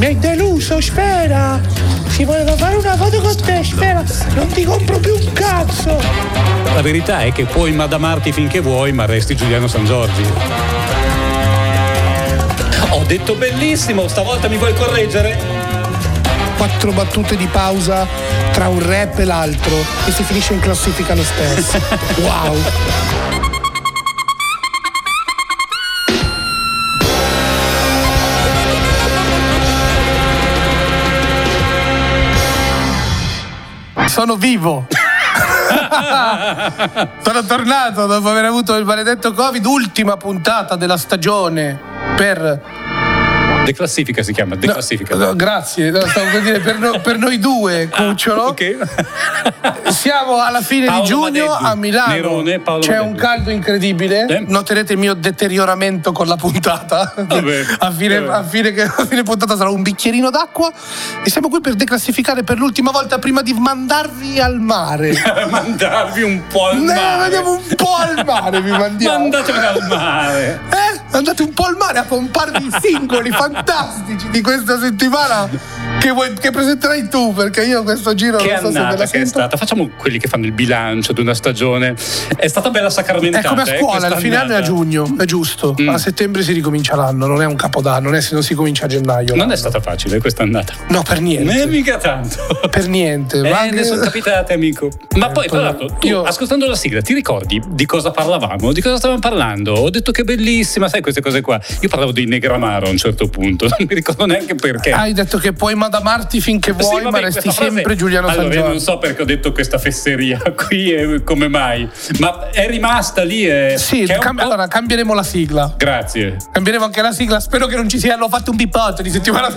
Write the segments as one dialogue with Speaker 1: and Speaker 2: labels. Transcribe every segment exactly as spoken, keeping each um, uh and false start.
Speaker 1: mi hai deluso, Sfera. Si voleva fare una foto con te, Sfera. Non ti compro più un cazzo.
Speaker 2: La verità è che puoi madamarti finché vuoi, ma resti Giuliano Sangiorgi. Ho detto bellissimo, stavolta mi vuoi correggere?
Speaker 1: Quattro battute di pausa tra un rap e l'altro e si finisce in classifica lo stesso. Wow. Sono vivo. Sono tornato dopo aver avuto il maledetto Covid, ultima puntata della stagione per
Speaker 2: Declassifica si chiama, declassifica.
Speaker 1: No, no, grazie, no, stavo per dire per, no, per noi due, Cucciolo.
Speaker 2: Ah, okay.
Speaker 1: Siamo alla fine
Speaker 2: Paolo
Speaker 1: di giugno
Speaker 2: Madeddu,
Speaker 1: a Milano.
Speaker 2: Nerone, Paolo
Speaker 1: C'è
Speaker 2: Madeddu.
Speaker 1: un caldo incredibile. Eh? Noterete il mio deterioramento con la puntata.
Speaker 2: Vabbè,
Speaker 1: a, fine, a, fine che, a fine puntata sarà un bicchierino d'acqua. E siamo qui per declassificare per l'ultima volta prima di mandarvi al mare.
Speaker 2: Mandarvi un po' al
Speaker 1: no,
Speaker 2: mare.
Speaker 1: Andiamo un po' al mare, vi mandiamo.
Speaker 2: Mandatemi al mare.
Speaker 1: Eh? Andate un po' al mare a pomparvi i singoli fantastici di questa settimana che, vuoi, che presenterai tu, perché io questo giro
Speaker 2: che
Speaker 1: non so
Speaker 2: annata
Speaker 1: se me la
Speaker 2: che è stata. Facciamo quelli che fanno il bilancio di una stagione. È stata bella sacramentata.
Speaker 1: È come a scuola,
Speaker 2: eh,
Speaker 1: il fine anno è a giugno, è giusto. Mm. A settembre si ricomincia l'anno, non è un capodanno, non è se non si comincia a gennaio.
Speaker 2: Non
Speaker 1: l'anno.
Speaker 2: È stata facile questa annata.
Speaker 1: No, per niente.
Speaker 2: Non è mica tanto.
Speaker 1: Per niente.
Speaker 2: Eh,
Speaker 1: anche...
Speaker 2: ne sono capitate, amico. Ma eh, poi, tra l'altro, tu, io... ascoltando la sigla, ti ricordi di cosa parlavamo? Di cosa stavamo parlando? Ho detto che è bellissima, sai, queste cose qua. Io parlavo dei Negramaro a un certo punto, non mi ricordo neanche perché.
Speaker 1: Hai detto che puoi madamarti finché vuoi, sì, vabbè, ma resti sempre frase... Giuliano
Speaker 2: allora,
Speaker 1: Sangiorgi.
Speaker 2: Io non so perché ho detto questa fesseria qui e come mai, ma è rimasta lì. E...
Speaker 1: Sì, cam- allora cambieremo la sigla.
Speaker 2: Grazie.
Speaker 1: Cambieremo anche la sigla. Spero che non ci siano fatto un pipotto di settimana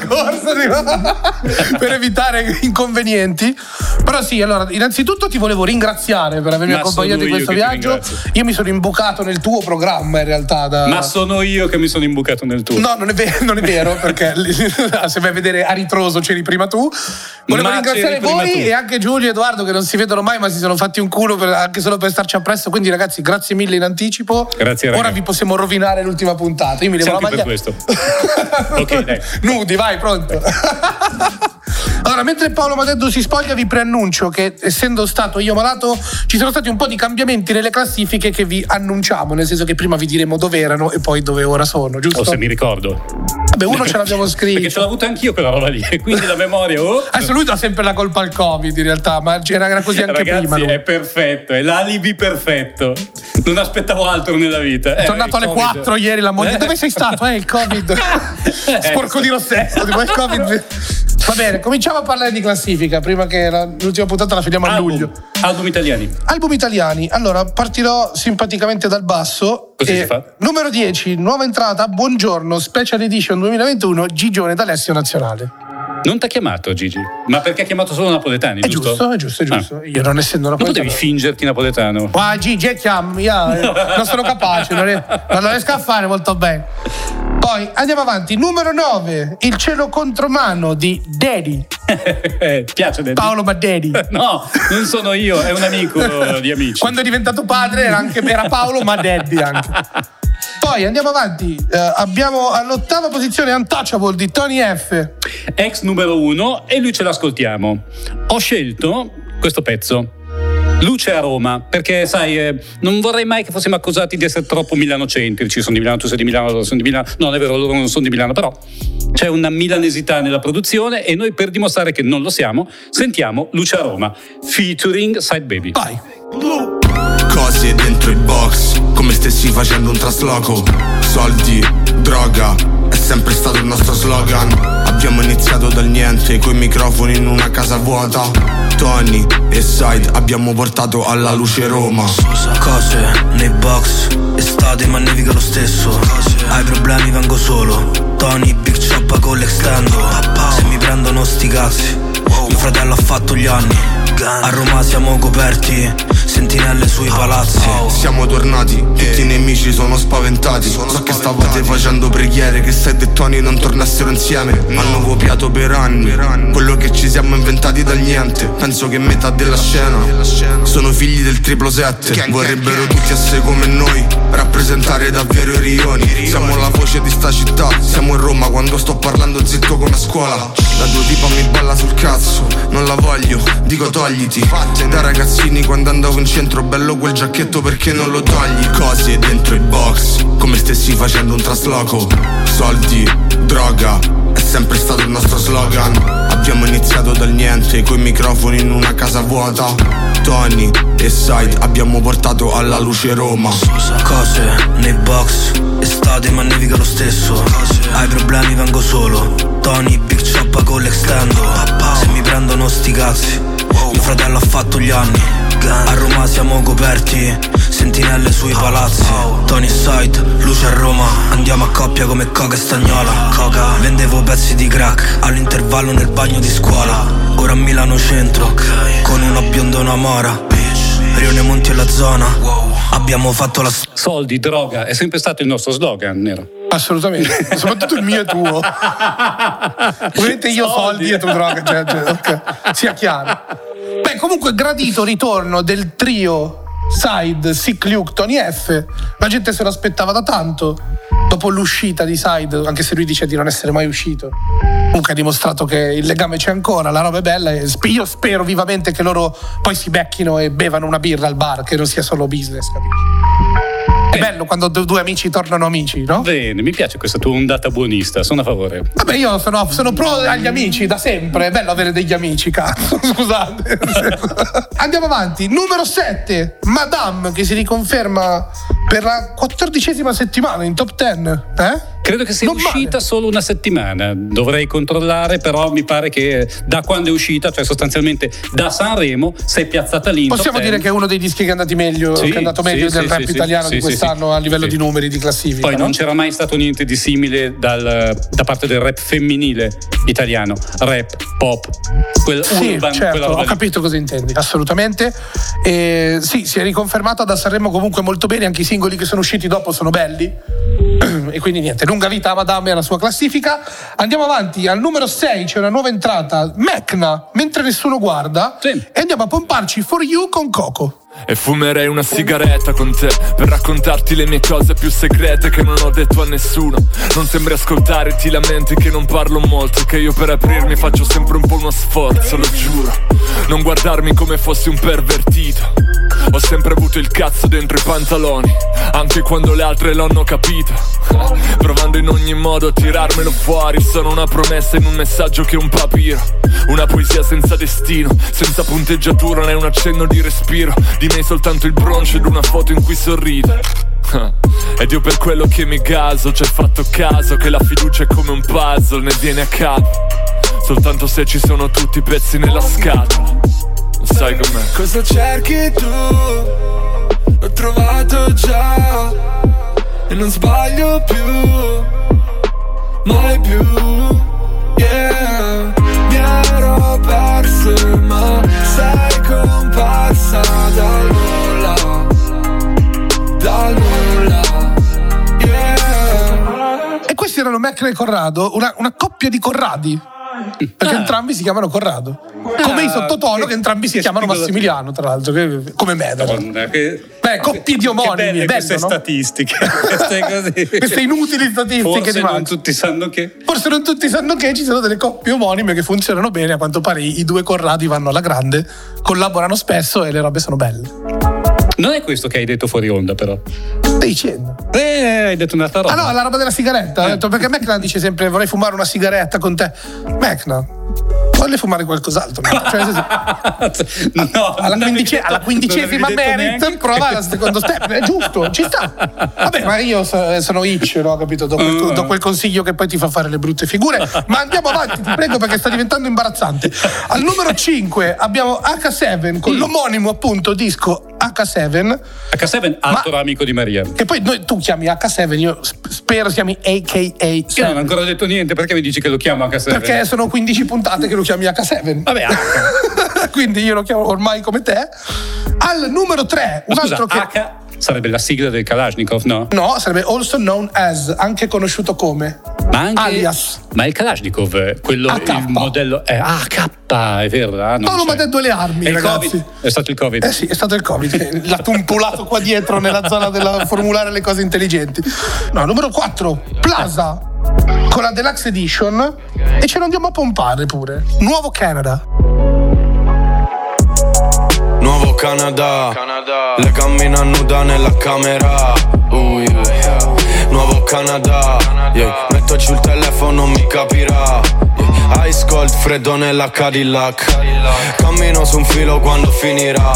Speaker 1: scorsa per evitare inconvenienti. Però sì, allora, innanzitutto ti volevo ringraziare per avermi ma accompagnato in questo viaggio. Io mi sono imbucato nel tuo programma in realtà. Da...
Speaker 2: Ma sono io che mi sono imbucato nel tuo.
Speaker 1: No, non è vero, non è vero perché se vai a vedere a ritroso c'eri prima tu. Volevo ma ringraziare voi e anche Giulio e Edoardo che non si vedono mai ma si sono fatti un culo per, anche solo per starci appresso. Quindi ragazzi, grazie mille in anticipo.
Speaker 2: Grazie ragazzi.
Speaker 1: Ora vi possiamo rovinare l'ultima puntata. Io mi levo la maglia.
Speaker 2: Per questo. Ok, dai.
Speaker 1: Nudi, vai, pronto. Allora, mentre Paolo Madeddu si spoglia, vi preannuncio che, essendo stato io malato, ci sono stati un po' di cambiamenti nelle classifiche che vi annunciamo, nel senso che prima vi diremo dove erano e poi dove ora sono, giusto?
Speaker 2: O se mi ricordo.
Speaker 1: Vabbè, uno ce l'abbiamo scritto.
Speaker 2: Perché ce l'ho avuta anch'io quella roba lì, quindi la memoria. Oh.
Speaker 1: Adesso lui dà sempre la colpa al Covid, in realtà, ma era così anche
Speaker 2: ragazzi,
Speaker 1: prima. Lui.
Speaker 2: È perfetto, è l'alibi perfetto. Non aspettavo altro nella vita.
Speaker 1: È tornato eh, alle COVID. quattro ieri la moglie. Eh. Dove sei stato? Eh, il Covid. Sporco di lo stesso. Tipo il Covid. Va bene, cominciamo a parlare di classifica prima che la, l'ultima puntata la finiamo a luglio.
Speaker 2: Album italiani.
Speaker 1: Album italiani. Allora, partirò simpaticamente dal basso.
Speaker 2: Così si fa.
Speaker 1: Numero dieci, nuova entrata, Buongiorno, Special Edition duemilaventuno, Gigione d'Alessio Nazionale.
Speaker 2: Non ti ha chiamato Gigi? Ma perché ha chiamato solo napoletani,
Speaker 1: è
Speaker 2: giusto?
Speaker 1: giusto? È giusto, è giusto. Ah. Io non essendo napoletano.
Speaker 2: Non potevi fingerti napoletano.
Speaker 1: Ah, Gigi, chiamo, io non sono capace, non, è, non lo riesco a fare molto bene. Poi andiamo avanti, numero nove, Il cielo contromano di Daddy.
Speaker 2: Piace Daddy?
Speaker 1: Paolo Madeddu.
Speaker 2: No, non sono io, è un amico di amici.
Speaker 1: Quando è diventato padre era, anche, era Paolo Madeddu anche. Poi andiamo avanti, uh, abbiamo all'ottava posizione Untouchable di Tony F.
Speaker 2: Ex numero uno, e lui ce l'ascoltiamo. Ho scelto questo pezzo, Luce a Roma, perché sai, eh, non vorrei mai che fossimo accusati di essere troppo milanocentrici. Sono di Milano, tu sei di Milano, loro sono di Milano. No, non è vero, loro non sono di Milano, però c'è una milanesità nella produzione e noi, per dimostrare che non lo siamo, sentiamo Luce a Roma featuring Side Baby.
Speaker 1: Vai.
Speaker 3: Cose dentro il box, come stessi facendo un trasloco. Soldi, droga, è sempre stato il nostro slogan. Abbiamo iniziato dal niente, coi microfoni in una casa vuota. Tony e Side abbiamo portato alla luce Roma.
Speaker 4: Cose nei box, estate ma nevica lo stesso. Hai problemi vengo solo, Tony Big Choppa con l'extendo. Se mi prendono sti cazzi, mio fratello ha fatto gli anni. A Roma siamo coperti, sentinelle sui palazzi.
Speaker 3: Siamo tornati, tutti i nemici sono spaventati. So che stavate facendo preghiere che Side e Tony non tornassero insieme. Hanno copiato per anni quello che ci siamo inventati dal niente. Penso che metà della scena sono figli del triplo sette. Vorrebbero tutti essere come noi, rappresentare davvero i rioni. Siamo la voce di sta città, siamo in Roma quando sto parlando zitto come a scuola. La tua tipa mi balla sul cazzo, non la voglio, dico togliti. Da ragazzini quando andavo in centro, bello quel giacchetto perché non lo togli. Cose dentro i box, come stessi facendo un trasloco. Soldi, droga, è sempre stato il nostro slogan. Abbiamo iniziato dal niente, coi microfoni in una casa vuota. Tony e Side abbiamo portato alla luce Roma.
Speaker 4: Cose nei box, estate ma nevica lo stesso. Hai problemi vengo solo, Tony Big Choppa con l'extendo. Se mi prendono sti cazzi, mio fratello ha fatto gli anni. A Roma siamo coperti, sentinelle sui palazzi. Tony e Side, luce a Roma, andiamo a coppia come coca e stagnola. Coca, vendevo pezzi di crack all'intervallo nel bagno di scuola. Ora a Milano centro, con una bionda e una mora. Rione Monti e la zona, abbiamo fatto la...
Speaker 2: Soldi, droga, è sempre stato il nostro slogan, Nero.
Speaker 1: Assolutamente, soprattutto il mio e tuo. Ovviamente io soldi, soldi e tu droga, cioè, cioè, okay. Sia chiaro. Beh, comunque gradito ritorno del trio Side, Sick Luke, Tony F. La gente se lo aspettava da tanto. Dopo l'uscita di Side, anche se lui dice di non essere mai uscito, comunque ha dimostrato che il legame c'è ancora, la roba è bella e io spero vivamente che loro poi si becchino e bevano una birra al bar, che non sia solo business, capisci? È bello quando due amici tornano amici, no?
Speaker 2: Bene, mi piace questa tua ondata buonista, sono a favore.
Speaker 1: Vabbè, io sono, sono pro agli amici da sempre, è bello avere degli amici, cazzo, scusate. Andiamo avanti, numero sette, Madame, che si riconferma per la quattordicesima settimana in top dieci, eh?
Speaker 2: Credo che sia
Speaker 1: non
Speaker 2: uscita
Speaker 1: male.
Speaker 2: Solo una settimana, dovrei controllare, però mi pare che da quando è uscita, cioè sostanzialmente da Sanremo, si è piazzata lì in
Speaker 1: Possiamo
Speaker 2: top
Speaker 1: dire
Speaker 2: dieci.
Speaker 1: che è uno dei dischi che è andato meglio,
Speaker 2: Sì,
Speaker 1: che è andato meglio
Speaker 2: sì,
Speaker 1: del
Speaker 2: sì,
Speaker 1: rap
Speaker 2: sì,
Speaker 1: italiano
Speaker 2: sì,
Speaker 1: di quest'anno
Speaker 2: sì,
Speaker 1: a livello
Speaker 2: sì.
Speaker 1: di numeri di classifica.
Speaker 2: Poi
Speaker 1: no?
Speaker 2: non c'era mai stato niente di simile dal, da parte del rap femminile italiano, rap, pop, quel
Speaker 1: Sì,
Speaker 2: urban,
Speaker 1: certo,
Speaker 2: quella roba
Speaker 1: ho
Speaker 2: lì.
Speaker 1: capito cosa intendi, assolutamente. E sì, si è riconfermata da Sanremo comunque molto bene, anche i singoli che sono usciti dopo sono belli. E quindi niente, lunga vita a Madame e alla sua classifica. Andiamo avanti, al numero sei c'è una nuova entrata, Mecna, mentre nessuno guarda,
Speaker 2: sì.
Speaker 1: E andiamo a pomparci For You con Coco.
Speaker 5: E fumerei una sigaretta con te per raccontarti le mie cose più segrete che non ho detto a nessuno. Non sembri ascoltare, ti lamenti che non parlo molto, che io per aprirmi faccio sempre un po' uno sforzo, lo giuro. Non guardarmi come fossi un pervertito. Ho sempre avuto il cazzo dentro i pantaloni, anche quando le altre l'hanno capito. Provando in ogni modo a tirarmelo fuori. Sono una promessa in un messaggio che è un papiro. Una poesia senza destino, senza punteggiatura né un accenno di respiro. Di me soltanto il broncio ed una foto in cui sorrido. Ed io per quello che mi gaso, ci hai fatto caso che la fiducia è come un puzzle, ne viene a capo soltanto se ci sono tutti i pezzi nella scatola. Sai com'è?
Speaker 6: Cosa cerchi tu? L'ho trovato già e non sbaglio più, mai più. Yeah, mi ero perso ma sei comparsa dal nulla, dal nulla. Yeah.
Speaker 1: E questi erano Mecna e Corrado, una, una coppia di Corradi. Perché ah. entrambi si chiamano Corrado, come ah, i sottotono che, che entrambi si chiamano Massimiliano, tra l'altro, che, come me.
Speaker 2: Donna, che,
Speaker 1: Beh, coppie di omonimi,
Speaker 2: che belle
Speaker 1: bello,
Speaker 2: queste
Speaker 1: no?
Speaker 2: statistiche, queste, così.
Speaker 1: Queste inutili statistiche.
Speaker 2: Forse
Speaker 1: di
Speaker 2: non
Speaker 1: Max.
Speaker 2: tutti sanno che.
Speaker 1: Forse non tutti sanno che ci sono delle coppie omonime che funzionano bene. A quanto pare i due Corradi vanno alla grande, collaborano spesso e le robe sono belle.
Speaker 2: Non è questo che hai detto fuori onda, però.
Speaker 1: Stai dicendo?
Speaker 2: Eh, hai detto un'altra roba.
Speaker 1: Ah no, la roba della sigaretta.
Speaker 2: Eh.
Speaker 1: Ho detto, perché Mecna dice sempre vorrei fumare una sigaretta con te. Mecna, vuole fumare qualcos'altro? Cioè, sì.
Speaker 2: No,
Speaker 1: alla, quindice, alla
Speaker 2: detto,
Speaker 1: quindicesima merit prova al secondo step. È giusto, ci sta. Vabbè, ma io sono itch, no? Capito? Do quel, do quel consiglio che poi ti fa fare le brutte figure. Ma andiamo avanti, ti prego, perché sta diventando imbarazzante. Al numero cinque abbiamo acca sette con l'omonimo appunto disco acca sette.
Speaker 2: acca sette, altro ma, amico di Maria.
Speaker 1: Che poi noi, tu chiami acca sette, io spero chiami A K A sette.
Speaker 2: Io non ho ancora detto niente, perché mi dici che lo chiamo acca sette?
Speaker 1: Perché sono quindici puntate che lo chiami acca sette.
Speaker 2: Vabbè,
Speaker 1: quindi io lo chiamo ormai come te. Al numero tre, un
Speaker 2: Ma scusa,
Speaker 1: altro che...
Speaker 2: H sarebbe la sigla del Kalashnikov, no?
Speaker 1: No, sarebbe also known as, anche conosciuto come.
Speaker 2: Ma anche,
Speaker 1: alias.
Speaker 2: Ma il Kalashnikov, quello,
Speaker 1: A K.
Speaker 2: il modello è A K, è vero? Ah,
Speaker 1: No, non mi ha detto le armi,
Speaker 2: è il
Speaker 1: ragazzi.
Speaker 2: COVID. È stato il Covid.
Speaker 1: Eh sì, è stato il Covid. L'ha tumpulato qua dietro nella zona della formulare le cose intelligenti. No, numero quattro, Plaza. Con la Deluxe Edition. E ce lo andiamo a pompare pure. Nuovo Canada.
Speaker 7: Nuovo Canada, Canada. Le cammina nuda nella camera. uh, yeah. Nuovo Canada, yeah. Metto giù il telefono, mi capirà, yeah. Ice cold, freddo nella Cadillac. Cammino su un filo quando finirà.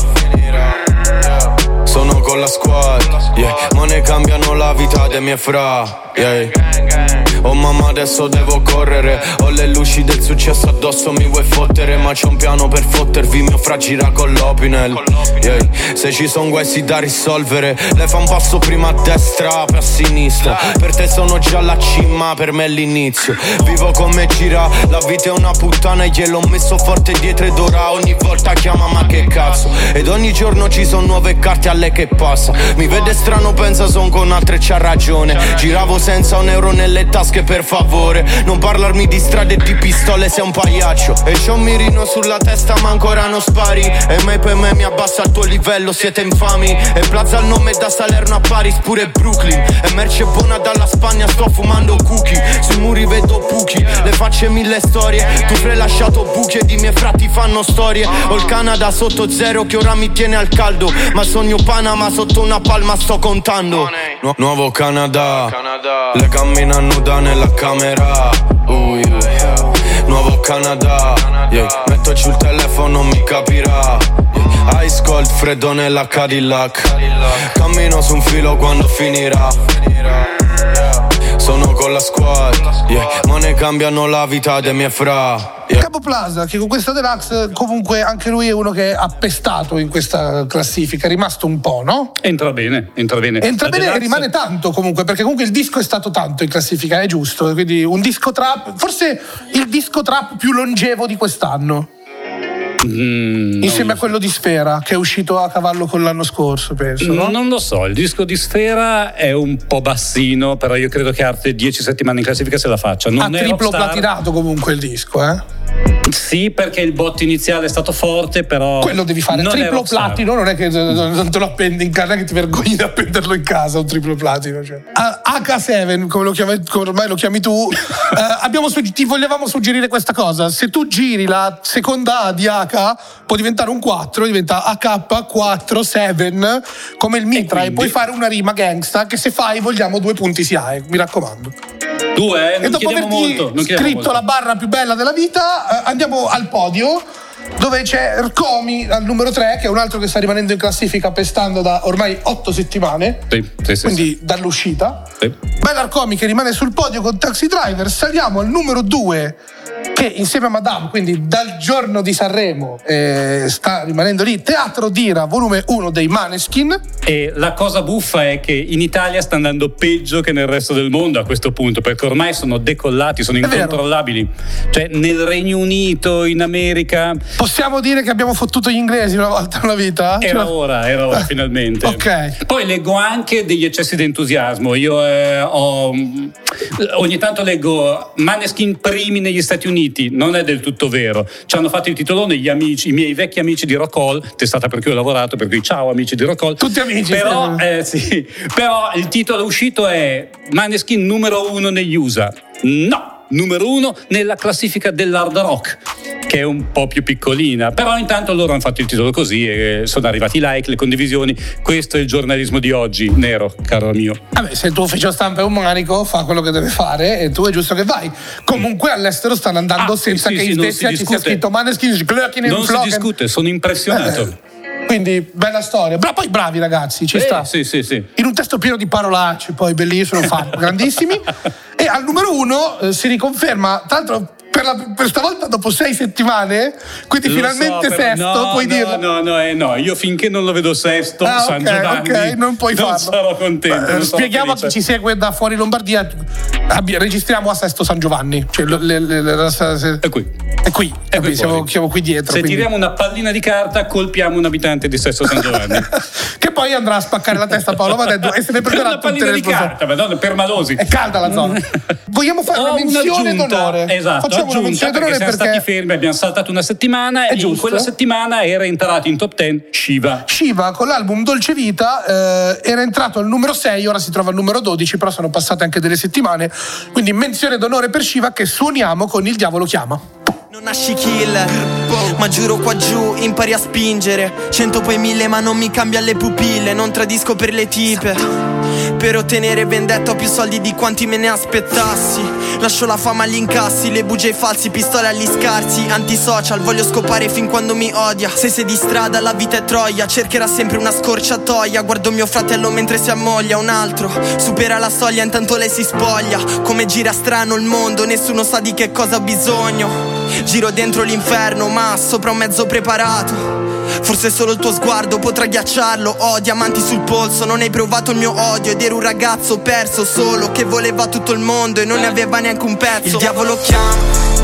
Speaker 7: Sono con la squad, yeah. Ma ne cambiano la vita dei miei fra, yeah. Oh mamma adesso devo correre, ho le luci del successo addosso, mi vuoi fottere, ma c'è un piano per fottervi, mio fra gira con l'Opinel, yeah. Se ci son guai da risolvere, lei fa un passo prima a destra, poi a sinistra. Per te sono già alla cima, per me è l'inizio. Vivo come gira, la vita è una puttana e gliel'ho messo forte dietro ed ora ogni volta chiama ma che cazzo. Ed ogni giorno ci sono nuove carte a lei che passa. Mi vede strano, pensa son con altre, c'ha ragione. Giravo senza un euro nelle tasche, che per favore non parlarmi di strade e di pistole, sei un pagliaccio. E c'ho un mirino sulla testa ma ancora non spari. E me per me mi abbassa al tuo livello, siete infami. E Plaza il nome da Salerno a Paris, pure Brooklyn. E merce buona dalla Spagna, sto fumando cookie. Sui muri vedo buchi, le facce mille storie. Tu fre lasciato buchi ed i miei frati fanno storie. Ho il Canada sotto zero che ora mi tiene al caldo, ma sogno Panama sotto una palma sto contando. Nu- nuovo Canada, Canada. Le cammina nuda nella camera, uh, yeah. Nuovo Canada, yeah. Metto giù il telefono, mi capirà, yeah. Ice cold, freddo nella Cadillac. Cammino su un filo quando finirà. Sono con la squad, yeah. Ma ne cambiano la vita dei miei fra, yeah.
Speaker 1: Capo Plaza, che con questa Deluxe comunque anche lui è uno che ha pestato in questa classifica, è rimasto un po', no?
Speaker 2: Entra bene, entra bene.
Speaker 1: Entra
Speaker 2: La
Speaker 1: bene
Speaker 2: Deluxe...
Speaker 1: e rimane tanto comunque, perché comunque il disco è stato tanto in classifica, è giusto. Quindi un disco trap, forse il disco trap più longevo di quest'anno.
Speaker 2: Mm,
Speaker 1: Insieme a quello di Sfera, che è uscito a cavallo con l'anno scorso, penso, no?
Speaker 2: Non lo so, il disco di Sfera è un po' bassino, però io credo che altre dieci settimane in classifica se la faccia. Non
Speaker 1: ha
Speaker 2: è
Speaker 1: triplo
Speaker 2: rockstar.
Speaker 1: platinato comunque il disco, eh?
Speaker 2: Sì, perché il botto iniziale è stato forte, però
Speaker 1: quello devi fare,
Speaker 2: non
Speaker 1: triplo
Speaker 2: è
Speaker 1: platino, non è che non te lo appendi in casa, non è che ti vergogni di appenderlo in casa un triplo platino, cioè. H sette, come lo chiami, come ormai lo chiami tu, eh, abbiamo, ti volevamo suggerire questa cosa: se tu giri la seconda A di H può diventare un quattro, diventa A K quattro sette come il Mitra, e, quindi... e puoi fare una rima gangsta che se fai vogliamo due punti S I A E, mi raccomando.
Speaker 2: Due, eh? Non
Speaker 1: e dopo averti
Speaker 2: molto, non
Speaker 1: scritto
Speaker 2: molto.
Speaker 1: La barra più bella della vita, eh, andiamo al podio, dove c'è Rcomi al numero tre, che è un altro che sta rimanendo in classifica pestando da ormai otto settimane,
Speaker 2: sì, sì, sì,
Speaker 1: quindi
Speaker 2: sì.
Speaker 1: dall'uscita.
Speaker 2: Sì.
Speaker 1: Bella Rcomi che rimane sul podio con Taxi Driver. Saliamo al numero due, che insieme a Madame, quindi dal giorno di Sanremo, eh, sta rimanendo lì, Teatro Dira, volume uno dei Maneskin.
Speaker 2: E la cosa buffa è che in Italia sta andando peggio che nel resto del mondo a questo punto, perché ormai sono decollati, sono incontrollabili. Cioè nel Regno Unito, in America.
Speaker 1: Possiamo dire che abbiamo fottuto gli inglesi una volta nella vita?
Speaker 2: Era
Speaker 1: cioè...
Speaker 2: ora, era ora finalmente.
Speaker 1: Ok.
Speaker 2: Poi leggo anche degli eccessi di entusiasmo. Io eh, ho ogni tanto leggo Maneskin primi negli Stati Uniti, non è del tutto vero. Ci hanno fatto il titolone gli amici, i miei vecchi amici di Rock Hall, testata per cui ho lavorato, per cui ciao amici di Rock Hall.
Speaker 1: Tutti amici.
Speaker 2: Però, eh, sì, però il titolo uscito è Maneskin numero uno negli U S A. No, numero uno nella classifica dell'hard rock, che è un po' più piccolina, però intanto loro hanno fatto il titolo così e sono arrivati i like, le condivisioni. Questo è il giornalismo di oggi, Nero, caro mio.
Speaker 1: Vabbè, se il tuo ufficio stampa è un manico, fa quello che deve fare e tu è giusto che vai. Comunque all'estero stanno andando
Speaker 2: ah,
Speaker 1: senza
Speaker 2: sì,
Speaker 1: che
Speaker 2: sì,
Speaker 1: in
Speaker 2: non
Speaker 1: Svezia
Speaker 2: si
Speaker 1: ci sia scritto Maneskin Glöckchen
Speaker 2: non si discute, sono impressionato.
Speaker 1: Eh, quindi bella storia, Bra- poi bravi ragazzi, ci
Speaker 2: eh,
Speaker 1: sta.
Speaker 2: Sì, sì, sì.
Speaker 1: In un testo pieno di parolacce, poi bellissimo, fan, grandissimi. E al numero uno eh, si riconferma, tra l'altro per, la, per stavolta dopo sei settimane, quindi lo finalmente so, sesto, no, puoi
Speaker 2: no,
Speaker 1: dirlo.
Speaker 2: No, no, eh, no, io finché non lo vedo sesto,
Speaker 1: ah,
Speaker 2: San
Speaker 1: okay,
Speaker 2: Giovanni,
Speaker 1: ok, non puoi
Speaker 2: non
Speaker 1: farlo.
Speaker 2: sarò contento.
Speaker 1: Eh,
Speaker 2: non
Speaker 1: spieghiamo a chi ci segue da fuori Lombardia, abbi, registriamo a Sesto San Giovanni, cioè le, le, le, le, se,
Speaker 2: è qui.
Speaker 1: È qui, è qui siamo, siamo qui dietro.
Speaker 2: Se
Speaker 1: quindi.
Speaker 2: tiriamo una pallina di carta, colpiamo un abitante di Sesto San Giovanni.
Speaker 1: Che poi andrà a spaccare la testa a Paolo Madeddu e se ne prenderà
Speaker 2: una
Speaker 1: tutte
Speaker 2: pallina
Speaker 1: le
Speaker 2: di carta, madonna, permalosi.
Speaker 1: È calda la zona. Vogliamo fare una menzione d'onore?
Speaker 2: Esatto,
Speaker 1: facciamo una menzione d'onore
Speaker 2: perché siamo
Speaker 1: perché
Speaker 2: stati fermi, abbiamo saltato una settimana
Speaker 1: è
Speaker 2: e
Speaker 1: giusto.
Speaker 2: in quella settimana era entrato in top dieci Shiva.
Speaker 1: Shiva con l'album Dolce Vita eh, era entrato al numero sei, ora si trova al numero dodici, però sono passate anche delle settimane, quindi menzione d'onore per Shiva che suoniamo con Il Diavolo Chiama.
Speaker 8: Non nasci killer, ma giuro qua giù impari a spingere. Cento poi mille ma non mi cambia le pupille. Non tradisco per le tipe. Per ottenere vendetta ho più soldi di quanti me ne aspettassi. Lascio la fama agli incassi, le bugie ai falsi, pistole agli scarsi. Antisocial, voglio scopare fin quando mi odia. Se sei di strada la vita è troia, cercherà sempre una scorciatoia. Guardo mio fratello mentre si ammoglia, un altro supera la soglia, intanto lei si spoglia. Come gira strano il mondo, nessuno sa di che cosa ho bisogno. Giro dentro l'inferno ma sopra un mezzo preparato. Forse solo il tuo sguardo potrà ghiacciarlo. Ho diamanti sul polso, non hai provato il mio odio. Ed ero un ragazzo perso solo che voleva tutto il mondo e non ne aveva neanche un pezzo. Il diavolo chiama,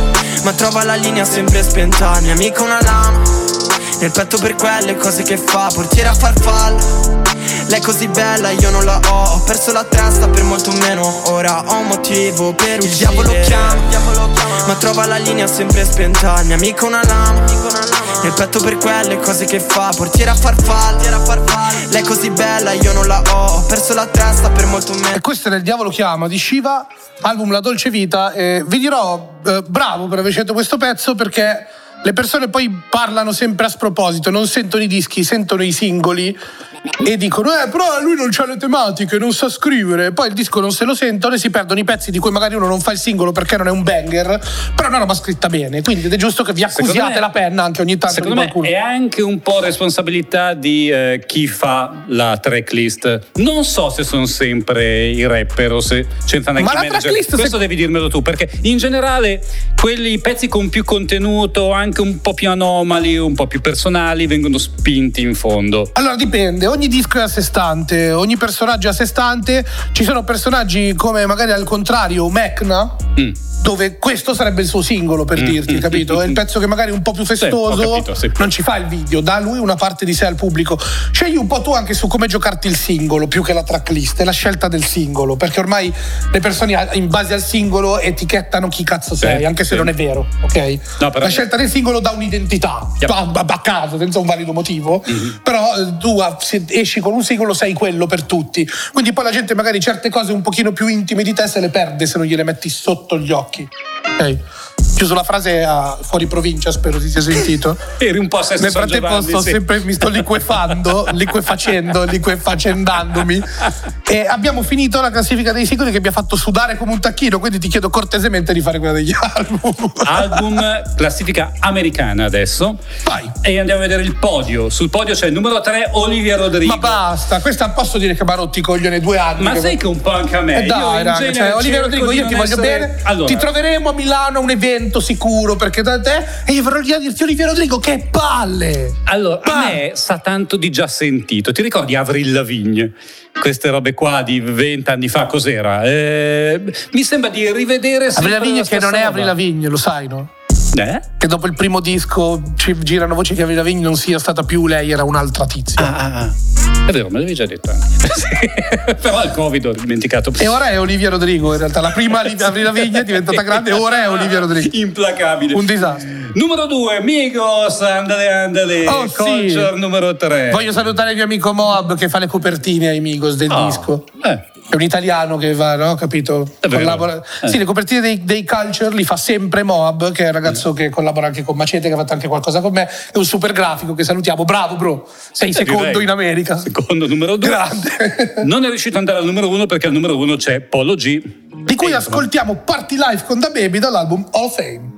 Speaker 8: ma trova la linea sempre spenta. Mia amica una lama nel petto per quelle cose che fa, portiere a farfalla. Lei è così bella, io non la ho. Ho perso la testa per molto meno. Ora ho un motivo per uccidere. Il diavolo chiama, ma trova la linea sempre spenta. Mia amica una lama nel petto per quelle cose che fa, portiere a farfalla. Lei è così bella, io non la ho. Ho perso la testa per molto meno.
Speaker 1: E questo era Il Diavolo Chiama di Shiva, album La Dolce Vita. E vi dirò eh, bravo per aver scelto questo pezzo, perché le persone poi parlano sempre a sproposito, non sentono i dischi, sentono i singoli e dicono eh però lui non c'ha le tematiche, non sa scrivere, poi il disco non se lo sentono e si perdono i pezzi di cui magari uno non fa il singolo perché non è un banger, però è una roba scritta bene, quindi ed è giusto che vi accusiate me, la penna anche ogni tanto.
Speaker 2: Secondo
Speaker 1: di qualcuno.
Speaker 2: me è anche un po' responsabilità di eh, chi fa la tracklist. Non so se sono sempre i rapper o se c'entrano anche i manager. Questo se... devi dirmelo tu, perché in generale quelli pezzi con più contenuto, anche un po' più anomali, un po' più personali, vengono spinti in fondo.
Speaker 1: Allora dipende, ogni disco è a sé stante, ogni personaggio è a sé stante. Ci sono personaggi come magari al contrario Mecna, mm. dove questo sarebbe il suo singolo, per mm. dirti, capito? È il pezzo che magari è un po' più festoso, sì, capito, sì. Non ci fa il video, dà lui una parte di sé al pubblico. Scegli un po' tu anche su come giocarti il singolo più che la tracklist, è la scelta del singolo, perché ormai le persone in base al singolo etichettano chi cazzo sei, sì, anche se sì. non è vero, ok? No, la scelta del singolo dà un'identità, yep. a, a caso, senza un valido motivo, mm-hmm. però tu se esci con un singolo sei quello per tutti, quindi poi la gente magari certe cose un pochino più intime di te se le perde se non gliele metti sotto gli occhi. Ok, chiuso la frase a fuori provincia, spero si sia sentito.
Speaker 2: Eri un po' a Sesto
Speaker 1: Nel frattempo
Speaker 2: San Giovanni,
Speaker 1: sto
Speaker 2: sì.
Speaker 1: sempre, mi sto liquefando, liquefacendo, liquefaccendandomi. E abbiamo finito la classifica dei singoli che mi ha fatto sudare come un tacchino, quindi ti chiedo cortesemente di fare quella degli album.
Speaker 2: Album classifica americana adesso.
Speaker 1: Vai.
Speaker 2: E andiamo a vedere il podio. Sul podio c'è il numero tre Olivia Rodrigo.
Speaker 1: Ma basta, questa posso dire che mi ha rotto i coglioni due anni.
Speaker 2: Ma
Speaker 1: che
Speaker 2: sai che un po' anche a me.
Speaker 1: Eh dai, raga, cioè, Olivia Rodrigo, io ti voglio
Speaker 2: essere...
Speaker 1: bene.
Speaker 2: Allora.
Speaker 1: Ti troveremo a Milano a un evento sicuro, perché da te e io vorrei dirti Olivia Rodrigo, che palle.
Speaker 2: Allora, Ma... a me sa tanto di già sentito. Ti ricordi Avril Lavigne? Queste robe qua di vent'anni fa, cos'era? Eh, mi sembra di rivedere
Speaker 1: Avril Lavigne, che non è Avril Lavigne, lo sai, no?
Speaker 2: Eh?
Speaker 1: Che dopo il primo disco ci girano voci che Avril Lavigne non sia stata più lei, era un'altra tizia.
Speaker 2: Ah, ah, ah. È vero, me l'avevi già detto anche. Però il Covid ho dimenticato.
Speaker 1: E ora è Olivia Rodrigo, in realtà la prima Avril Lavigne è diventata grande, ora è Olivia Rodrigo.
Speaker 2: Implacabile.
Speaker 1: Un disastro.
Speaker 2: Numero due, Migos, andale andale.
Speaker 1: Oh,
Speaker 2: Culture,
Speaker 1: sì.
Speaker 2: Numero tre.
Speaker 1: Voglio salutare il mio amico Moab che fa le copertine ai Migos del
Speaker 2: oh,
Speaker 1: disco.
Speaker 2: Eh.
Speaker 1: È un italiano che va, no? Capito? Collabora. Eh. Sì, le copertine dei, dei Culture li fa sempre Moab, che è un ragazzo che collabora anche con Macete, che ha fatto anche qualcosa con me. È un super grafico che salutiamo. Bravo, bro. Sei eh, secondo direi. In America.
Speaker 2: Secondo, numero due.
Speaker 1: Grande.
Speaker 2: Non è riuscito ad andare al numero uno perché al numero uno c'è Polo G.
Speaker 1: Di cui ascoltiamo Party Life con Da Baby dall'album All Fame.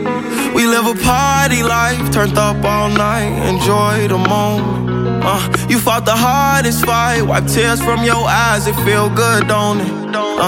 Speaker 9: We live a party life, turned up all night, enjoy the moment. Uh, you fought the hardest fight, wipe tears from your eyes, it feel good, don't it? Uh,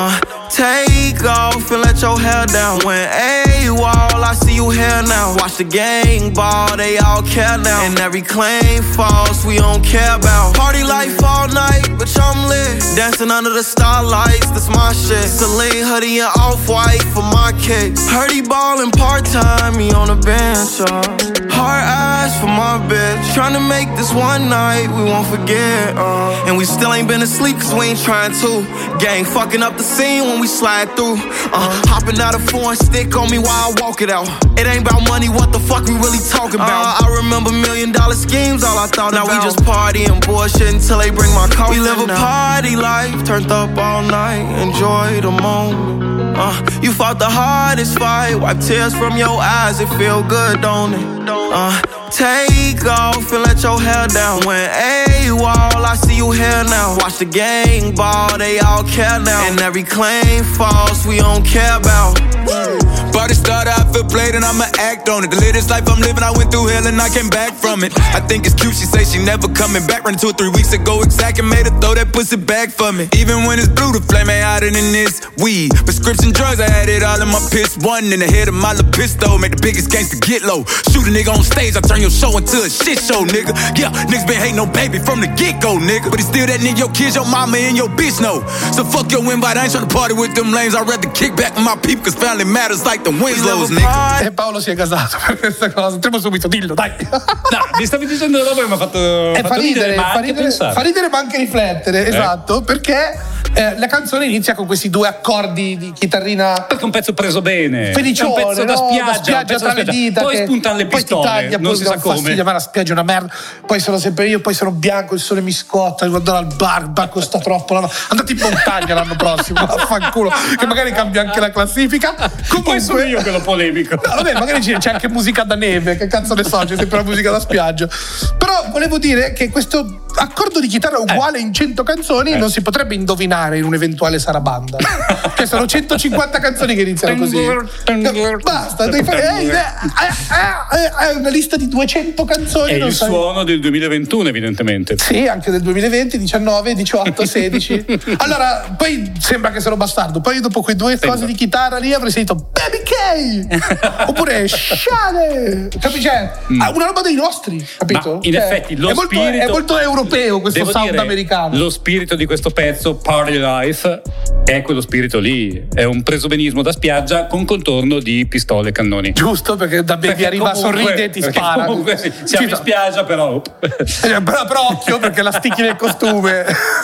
Speaker 9: take off and let your hair down. When AWOL, I see you here now. Watch the gang ball, they all care now. And every claim false, we don't care about. Party life all night, bitch, I'm lit. Dancing under the starlights, that's my shit. Celine hoodie and off-white for my kicks. Heard he ballin' part-time, me on the bench, uh. Hard eyes for my bitch. Tryna make this one night, we won't forget, uh. And we still ain't been asleep, cause we ain't trying to. Gang fucking up the scene when we slide through. Uh, hopping out a foreign stick on me while I walk it out. It ain't about money, what the fuck we really talking about? Uh, I remember million dollar schemes, all I thought now about. Now we just party and bullshit until they bring my coffee. We live a party life, turned up all night, enjoy the moment. Uh, you fought the hardest fight, wipe tears from your eyes, it feel good, don't it? Uh, take off and let your hair down. When AWOL, I see you here now. Watch the gang ball, they all care now. And every claim false, we don't care about.
Speaker 10: Party started, I feel played and I'ma act on it. The latest life I'm living, I went through hell and I came back from it. I think it's cute, she say she never coming back. Ran two or three weeks ago, exact and made her throw that pussy back for me. Even when it's blue, the flame ain't hotter than this weed. Prescription drugs, I had it all in my piss. One in the head of my little pistol, make the biggest gangster get low. Shoot a nigga on stage, I turn your show into a shit show, nigga. Yeah, niggas been hating on baby from the get-go, nigga. But it's still that nigga, your kids, your mama, and your bitch know. So fuck your invite, I ain't tryna party with them lames. I'd rather kick back with my peep, cause family matters like the Winslows, nigga.
Speaker 1: E Paolo si è casato per questa cosa. Entriamo subito, dillo, dai.
Speaker 2: No, mi stavi dicendo roba che mi ha fatto,
Speaker 1: eh,
Speaker 2: fatto
Speaker 1: fa ridere,
Speaker 2: ridere, ma
Speaker 1: fa
Speaker 2: anche
Speaker 1: ridere,
Speaker 2: pensare.
Speaker 1: Fa ridere ma anche riflettere,
Speaker 2: eh.
Speaker 1: esatto, perché eh, la canzone inizia con questi due accordi di chitarrina.
Speaker 2: Perché è un pezzo preso bene.
Speaker 1: Felicione,
Speaker 2: è un pezzo
Speaker 1: no?
Speaker 2: da spiaggia,
Speaker 1: da spiaggia
Speaker 2: pezzo
Speaker 1: tra
Speaker 2: da
Speaker 1: le dita.
Speaker 2: Poi
Speaker 1: che,
Speaker 2: spuntano le pistole,
Speaker 1: poi ti taglia,
Speaker 2: non
Speaker 1: poi
Speaker 2: si sa come.
Speaker 1: Fastidio, ma la spiaggia è una merda. Poi sono sempre io, poi sono bianco, il sole mi scotta, devo andare al bar, il bar costa troppo. Andate in montagna l'anno prossimo, vaffanculo, che magari cambia anche la classifica. Comunque,
Speaker 2: poi sono io quello polemico.
Speaker 1: No, vabbè, magari c'è anche musica da neve, che cazzo ne so, c'è sempre la musica da spiaggia. Però volevo dire che questo accordo di chitarra uguale eh. in cento canzoni eh. non si potrebbe indovinare in un'eventuale sarabanda. Che sono centocinquanta canzoni che iniziano così. Basta, devi fare eh, eh, eh, eh, una lista di duecento canzoni.
Speaker 2: È
Speaker 1: non
Speaker 2: il
Speaker 1: sai.
Speaker 2: Suono del duemilaventuno, evidentemente.
Speaker 1: Sì, anche del duemilaventi, diciannove, diciotto, sedici. Allora, poi sembra che sono bastardo. Poi dopo quei due sembra. cose di chitarra lì avrei sentito Baby K oppure Shade. Capisci? Mm. Una roba dei nostri, capito?
Speaker 2: Ma in
Speaker 1: cioè,
Speaker 2: effetti lo
Speaker 1: è molto,
Speaker 2: spirito
Speaker 1: è molto europeo questo sound
Speaker 2: dire,
Speaker 1: americano.
Speaker 2: Lo spirito di questo pezzo, Party Life, è quello spirito lì. È un presobenismo da spiaggia con contorno di pistole e cannoni.
Speaker 1: Giusto, perché da Baby arriva, comunque, sorride e ti spara.
Speaker 2: Comunque sì, siamo in spiaggia, però.
Speaker 1: però, però occhio, perché la sticchi nel costume.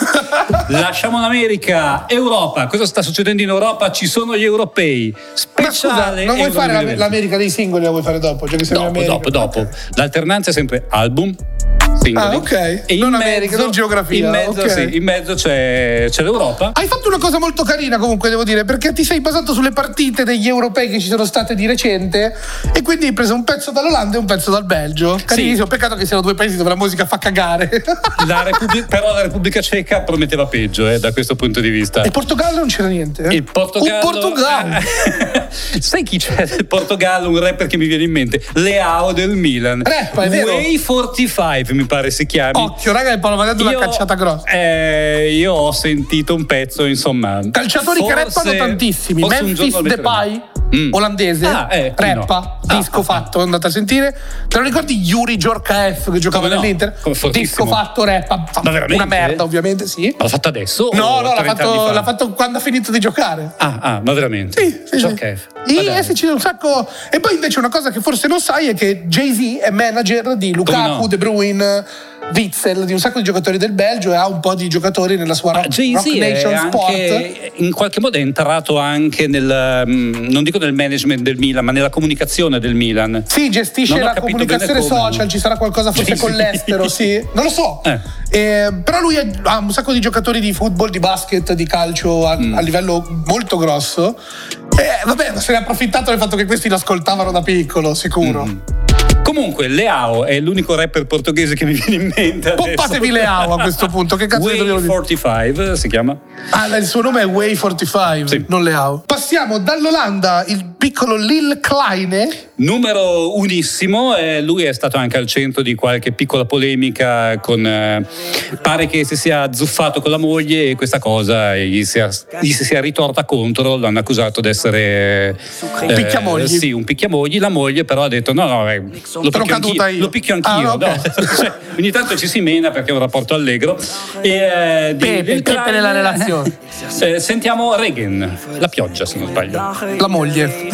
Speaker 2: Lasciamo l'America. Europa, cosa sta succedendo in Europa? Ci sono gli europei. Speciale.
Speaker 1: Ma scusa, non vuoi fare l'America dei singoli, la vuoi fare dopo? Cioè che sei
Speaker 2: dopo,
Speaker 1: in America.
Speaker 2: dopo, dopo. L'alternanza è sempre album, singoli.
Speaker 1: Ah, ok.
Speaker 2: E
Speaker 1: non
Speaker 2: in
Speaker 1: America,
Speaker 2: mezzo,
Speaker 1: non geografia.
Speaker 2: In mezzo,
Speaker 1: okay.
Speaker 2: sì, in mezzo c'è, c'è l'Europa.
Speaker 1: Hai fatto una cosa molto carina, comunque, devo dire, perché ti sei basato sulle partite degli europei che ci sono state di recente e quindi hai preso un pezzo dall'Olanda e un pezzo dal Belgio. Carissimo, sì. Peccato che siano due paesi dove la musica fa cagare.
Speaker 2: La Repubblica, però la Repubblica Ceca prometteva peggio, eh, da questo punto di vista.
Speaker 1: E il Portogallo non c'era niente. Eh?
Speaker 2: Il Portogallo.
Speaker 1: Un Portogallo.
Speaker 2: Sai chi c'è del Portogallo? Un rapper che mi viene in mente. Leao del Milan.
Speaker 1: Rappa, è vero.
Speaker 2: Way quarantacinque mi pare si chiami.
Speaker 1: Occhio, raga, il Paolo Vanello una cacciata grossa.
Speaker 2: Eh, io ho sentito un pezzo, insomma.
Speaker 1: Calciatori forse, che rappano tantissimi. Memphis Depay, mm. olandese,
Speaker 2: ah, eh,
Speaker 1: rappa,
Speaker 2: no.
Speaker 1: disco
Speaker 2: ah,
Speaker 1: fatto, ah. andate a sentire. Te lo ricordi Yuri Giorkaeff che giocava
Speaker 2: Come
Speaker 1: nell'Inter?
Speaker 2: No?
Speaker 1: Disco fatto, rappa. Una merda, ovviamente, sì.
Speaker 2: Ma l'ha fatto adesso?
Speaker 1: No, no, l'ha fatto, l'ha fatto quando ha finito di giocare.
Speaker 2: Ah, ah, ma veramente?
Speaker 1: Sì, sì,
Speaker 2: Giorkaeff.
Speaker 1: Sì, eh, sì, c'è un sacco. E poi invece una cosa che forse non sai è che Jay-Z è manager di Lukaku, no? De Bruyne, Witzel, di un sacco di giocatori del Belgio e ha un po' di giocatori nella sua rock, rock Nation Sport.
Speaker 2: In qualche modo è entrato anche nel, non dico nel management del Milan, ma nella comunicazione del Milan.
Speaker 1: Sì, gestisce la comunicazione social, ci sarà qualcosa forse con l'estero, sì. Non lo so.
Speaker 2: Eh.
Speaker 1: Eh, però lui ha un sacco di giocatori di football, di basket, di calcio a, mm. a livello molto grosso. E vabbè, se ne è approfittato del fatto che questi lo ascoltavano da piccolo, sicuro. Mm.
Speaker 2: Comunque, Leao è l'unico rapper portoghese che mi viene in mente.
Speaker 1: Poppatevi Leao a questo punto. Che cazzo
Speaker 2: Way quarantacinque si chiama?
Speaker 1: Ah, il suo nome è Way quarantacinque, sì. Non Leao. Passiamo dall'Olanda, il piccolo Lil Kleine.
Speaker 2: Numero unissimo, eh, lui è stato anche al centro di qualche piccola polemica con eh, pare che si sia azzuffato con la moglie e questa cosa gli, sia, gli si sia ritorta contro, l'hanno accusato di essere
Speaker 1: un eh, picchiamogli.
Speaker 2: Sì, un picchiamogli. La moglie però ha detto no no, eh, lo, picchio anch'io, io. lo picchio anch'io. Ah, okay. No. Cioè, ogni tanto ci si mena perché è un rapporto allegro. E, eh, di,
Speaker 1: Pepe, Pepe nella relazione.
Speaker 2: Eh, sentiamo Regen, la pioggia se non sbaglio.
Speaker 1: La moglie.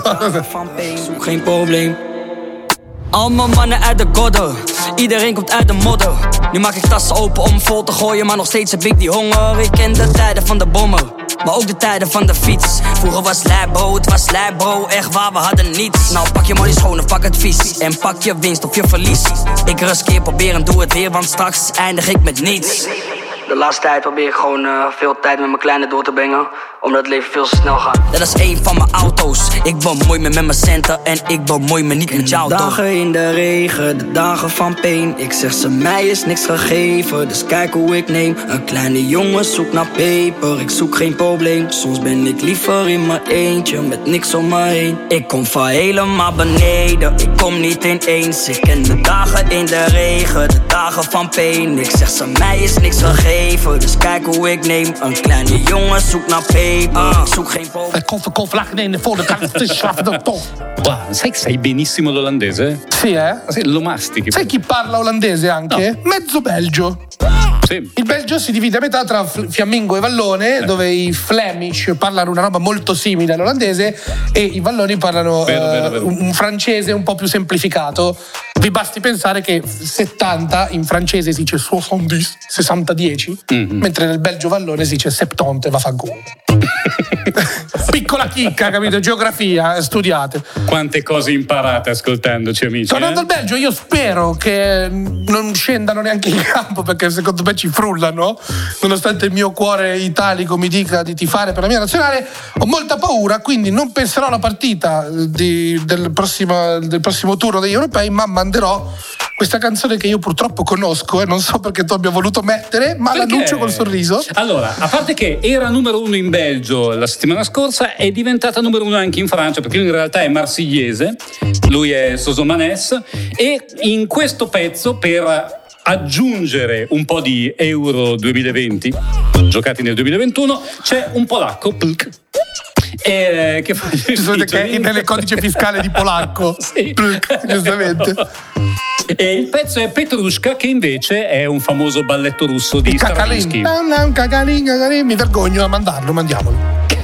Speaker 11: Geen probleem. Allemaal mannen uit de godden, iedereen komt uit de modder. Nu maak ik tassen open om vol te gooien, maar nog steeds heb ik die honger. Ik ken de tijden van de bommen, maar ook de tijden van de fiets. Vroeger was lijp bro, het was lijp bro, echt waar, we hadden niets. Nou pak je money schoon of pak het vies, en pak je winst of je verlies. Ik riskeer, probeer en doe het weer, want straks eindig ik met niets.
Speaker 12: De laatste tijd probeer ik gewoon uh, veel tijd met mijn kleine door te brengen, omdat het leven veel te snel gaat.
Speaker 11: Dat is één van mijn auto's. Ik bemoei me met mijn centen en ik bemoei me niet met jou.
Speaker 12: De dagen in de regen, de dagen van pijn. Ik zeg ze, mij is niks gegeven, dus kijk hoe ik neem. Een kleine jongen zoekt naar peper, ik zoek geen probleem. Soms ben ik liever in mijn eentje, met niks om me heen. Ik kom van helemaal beneden, ik kom niet ineens. Ik ken de dagen in de regen, de dagen van pijn. Ik zeg ze, mij is niks gegeven, dus kijk hoe ik neem. Een kleine jongen zoekt naar peper. Uh, ik zoek geen probleem.
Speaker 1: Koffer, koffer, lachen in de voor de kant.
Speaker 2: Wow, sai che sai benissimo l'olandese?
Speaker 1: Sì, eh?
Speaker 2: Sì, lo mastichi.
Speaker 1: Sai chi parla olandese anche?
Speaker 2: No.
Speaker 1: Mezzo belgio.
Speaker 2: Sì.
Speaker 1: Il Belgio si divide a metà tra fiammingo e vallone, eh. dove i Flemish parlano una roba molto simile all'olandese e i valloni parlano
Speaker 2: vero, vero, vero.
Speaker 1: Uh, un francese un po' più semplificato. Vi basti pensare che settanta in francese si dice soixante, sessanta dieci, mm-hmm. mentre nel Belgio vallone si dice settanta, va fa gol. Piccola chicca, capito? Geografia, studiate.
Speaker 2: Quante cose imparate ascoltandoci, amici.
Speaker 1: Tornando
Speaker 2: eh?
Speaker 1: al Belgio, io spero che non scendano neanche in campo, perché secondo me ci frullano. Nonostante il mio cuore italico mi dica di tifare per la mia nazionale, ho molta paura, quindi non penserò alla partita di, del, prossimo, del prossimo turno degli europei, ma manderò questa canzone che io purtroppo conosco e non so perché tu abbia voluto mettere, ma
Speaker 2: perché?
Speaker 1: L'annuncio col sorriso.
Speaker 2: Allora, a parte che era numero uno in Belgio la settimana scorsa, è diventata numero uno anche in Francia, perché lui in realtà è marsigliese, lui è Sosomanes, e in questo pezzo, per aggiungere un po' di Euro duemilaventi giocati nel duemilaventuno, c'è un polacco, Plk, eh, che fa
Speaker 1: che è nel codice fiscale di polacco.
Speaker 2: Sì.
Speaker 1: Plk, giustamente.
Speaker 2: E il pezzo è Petrushka, che invece è un famoso balletto russo di Stravinsky.
Speaker 1: Mi vergogno a mandarlo, mandiamolo.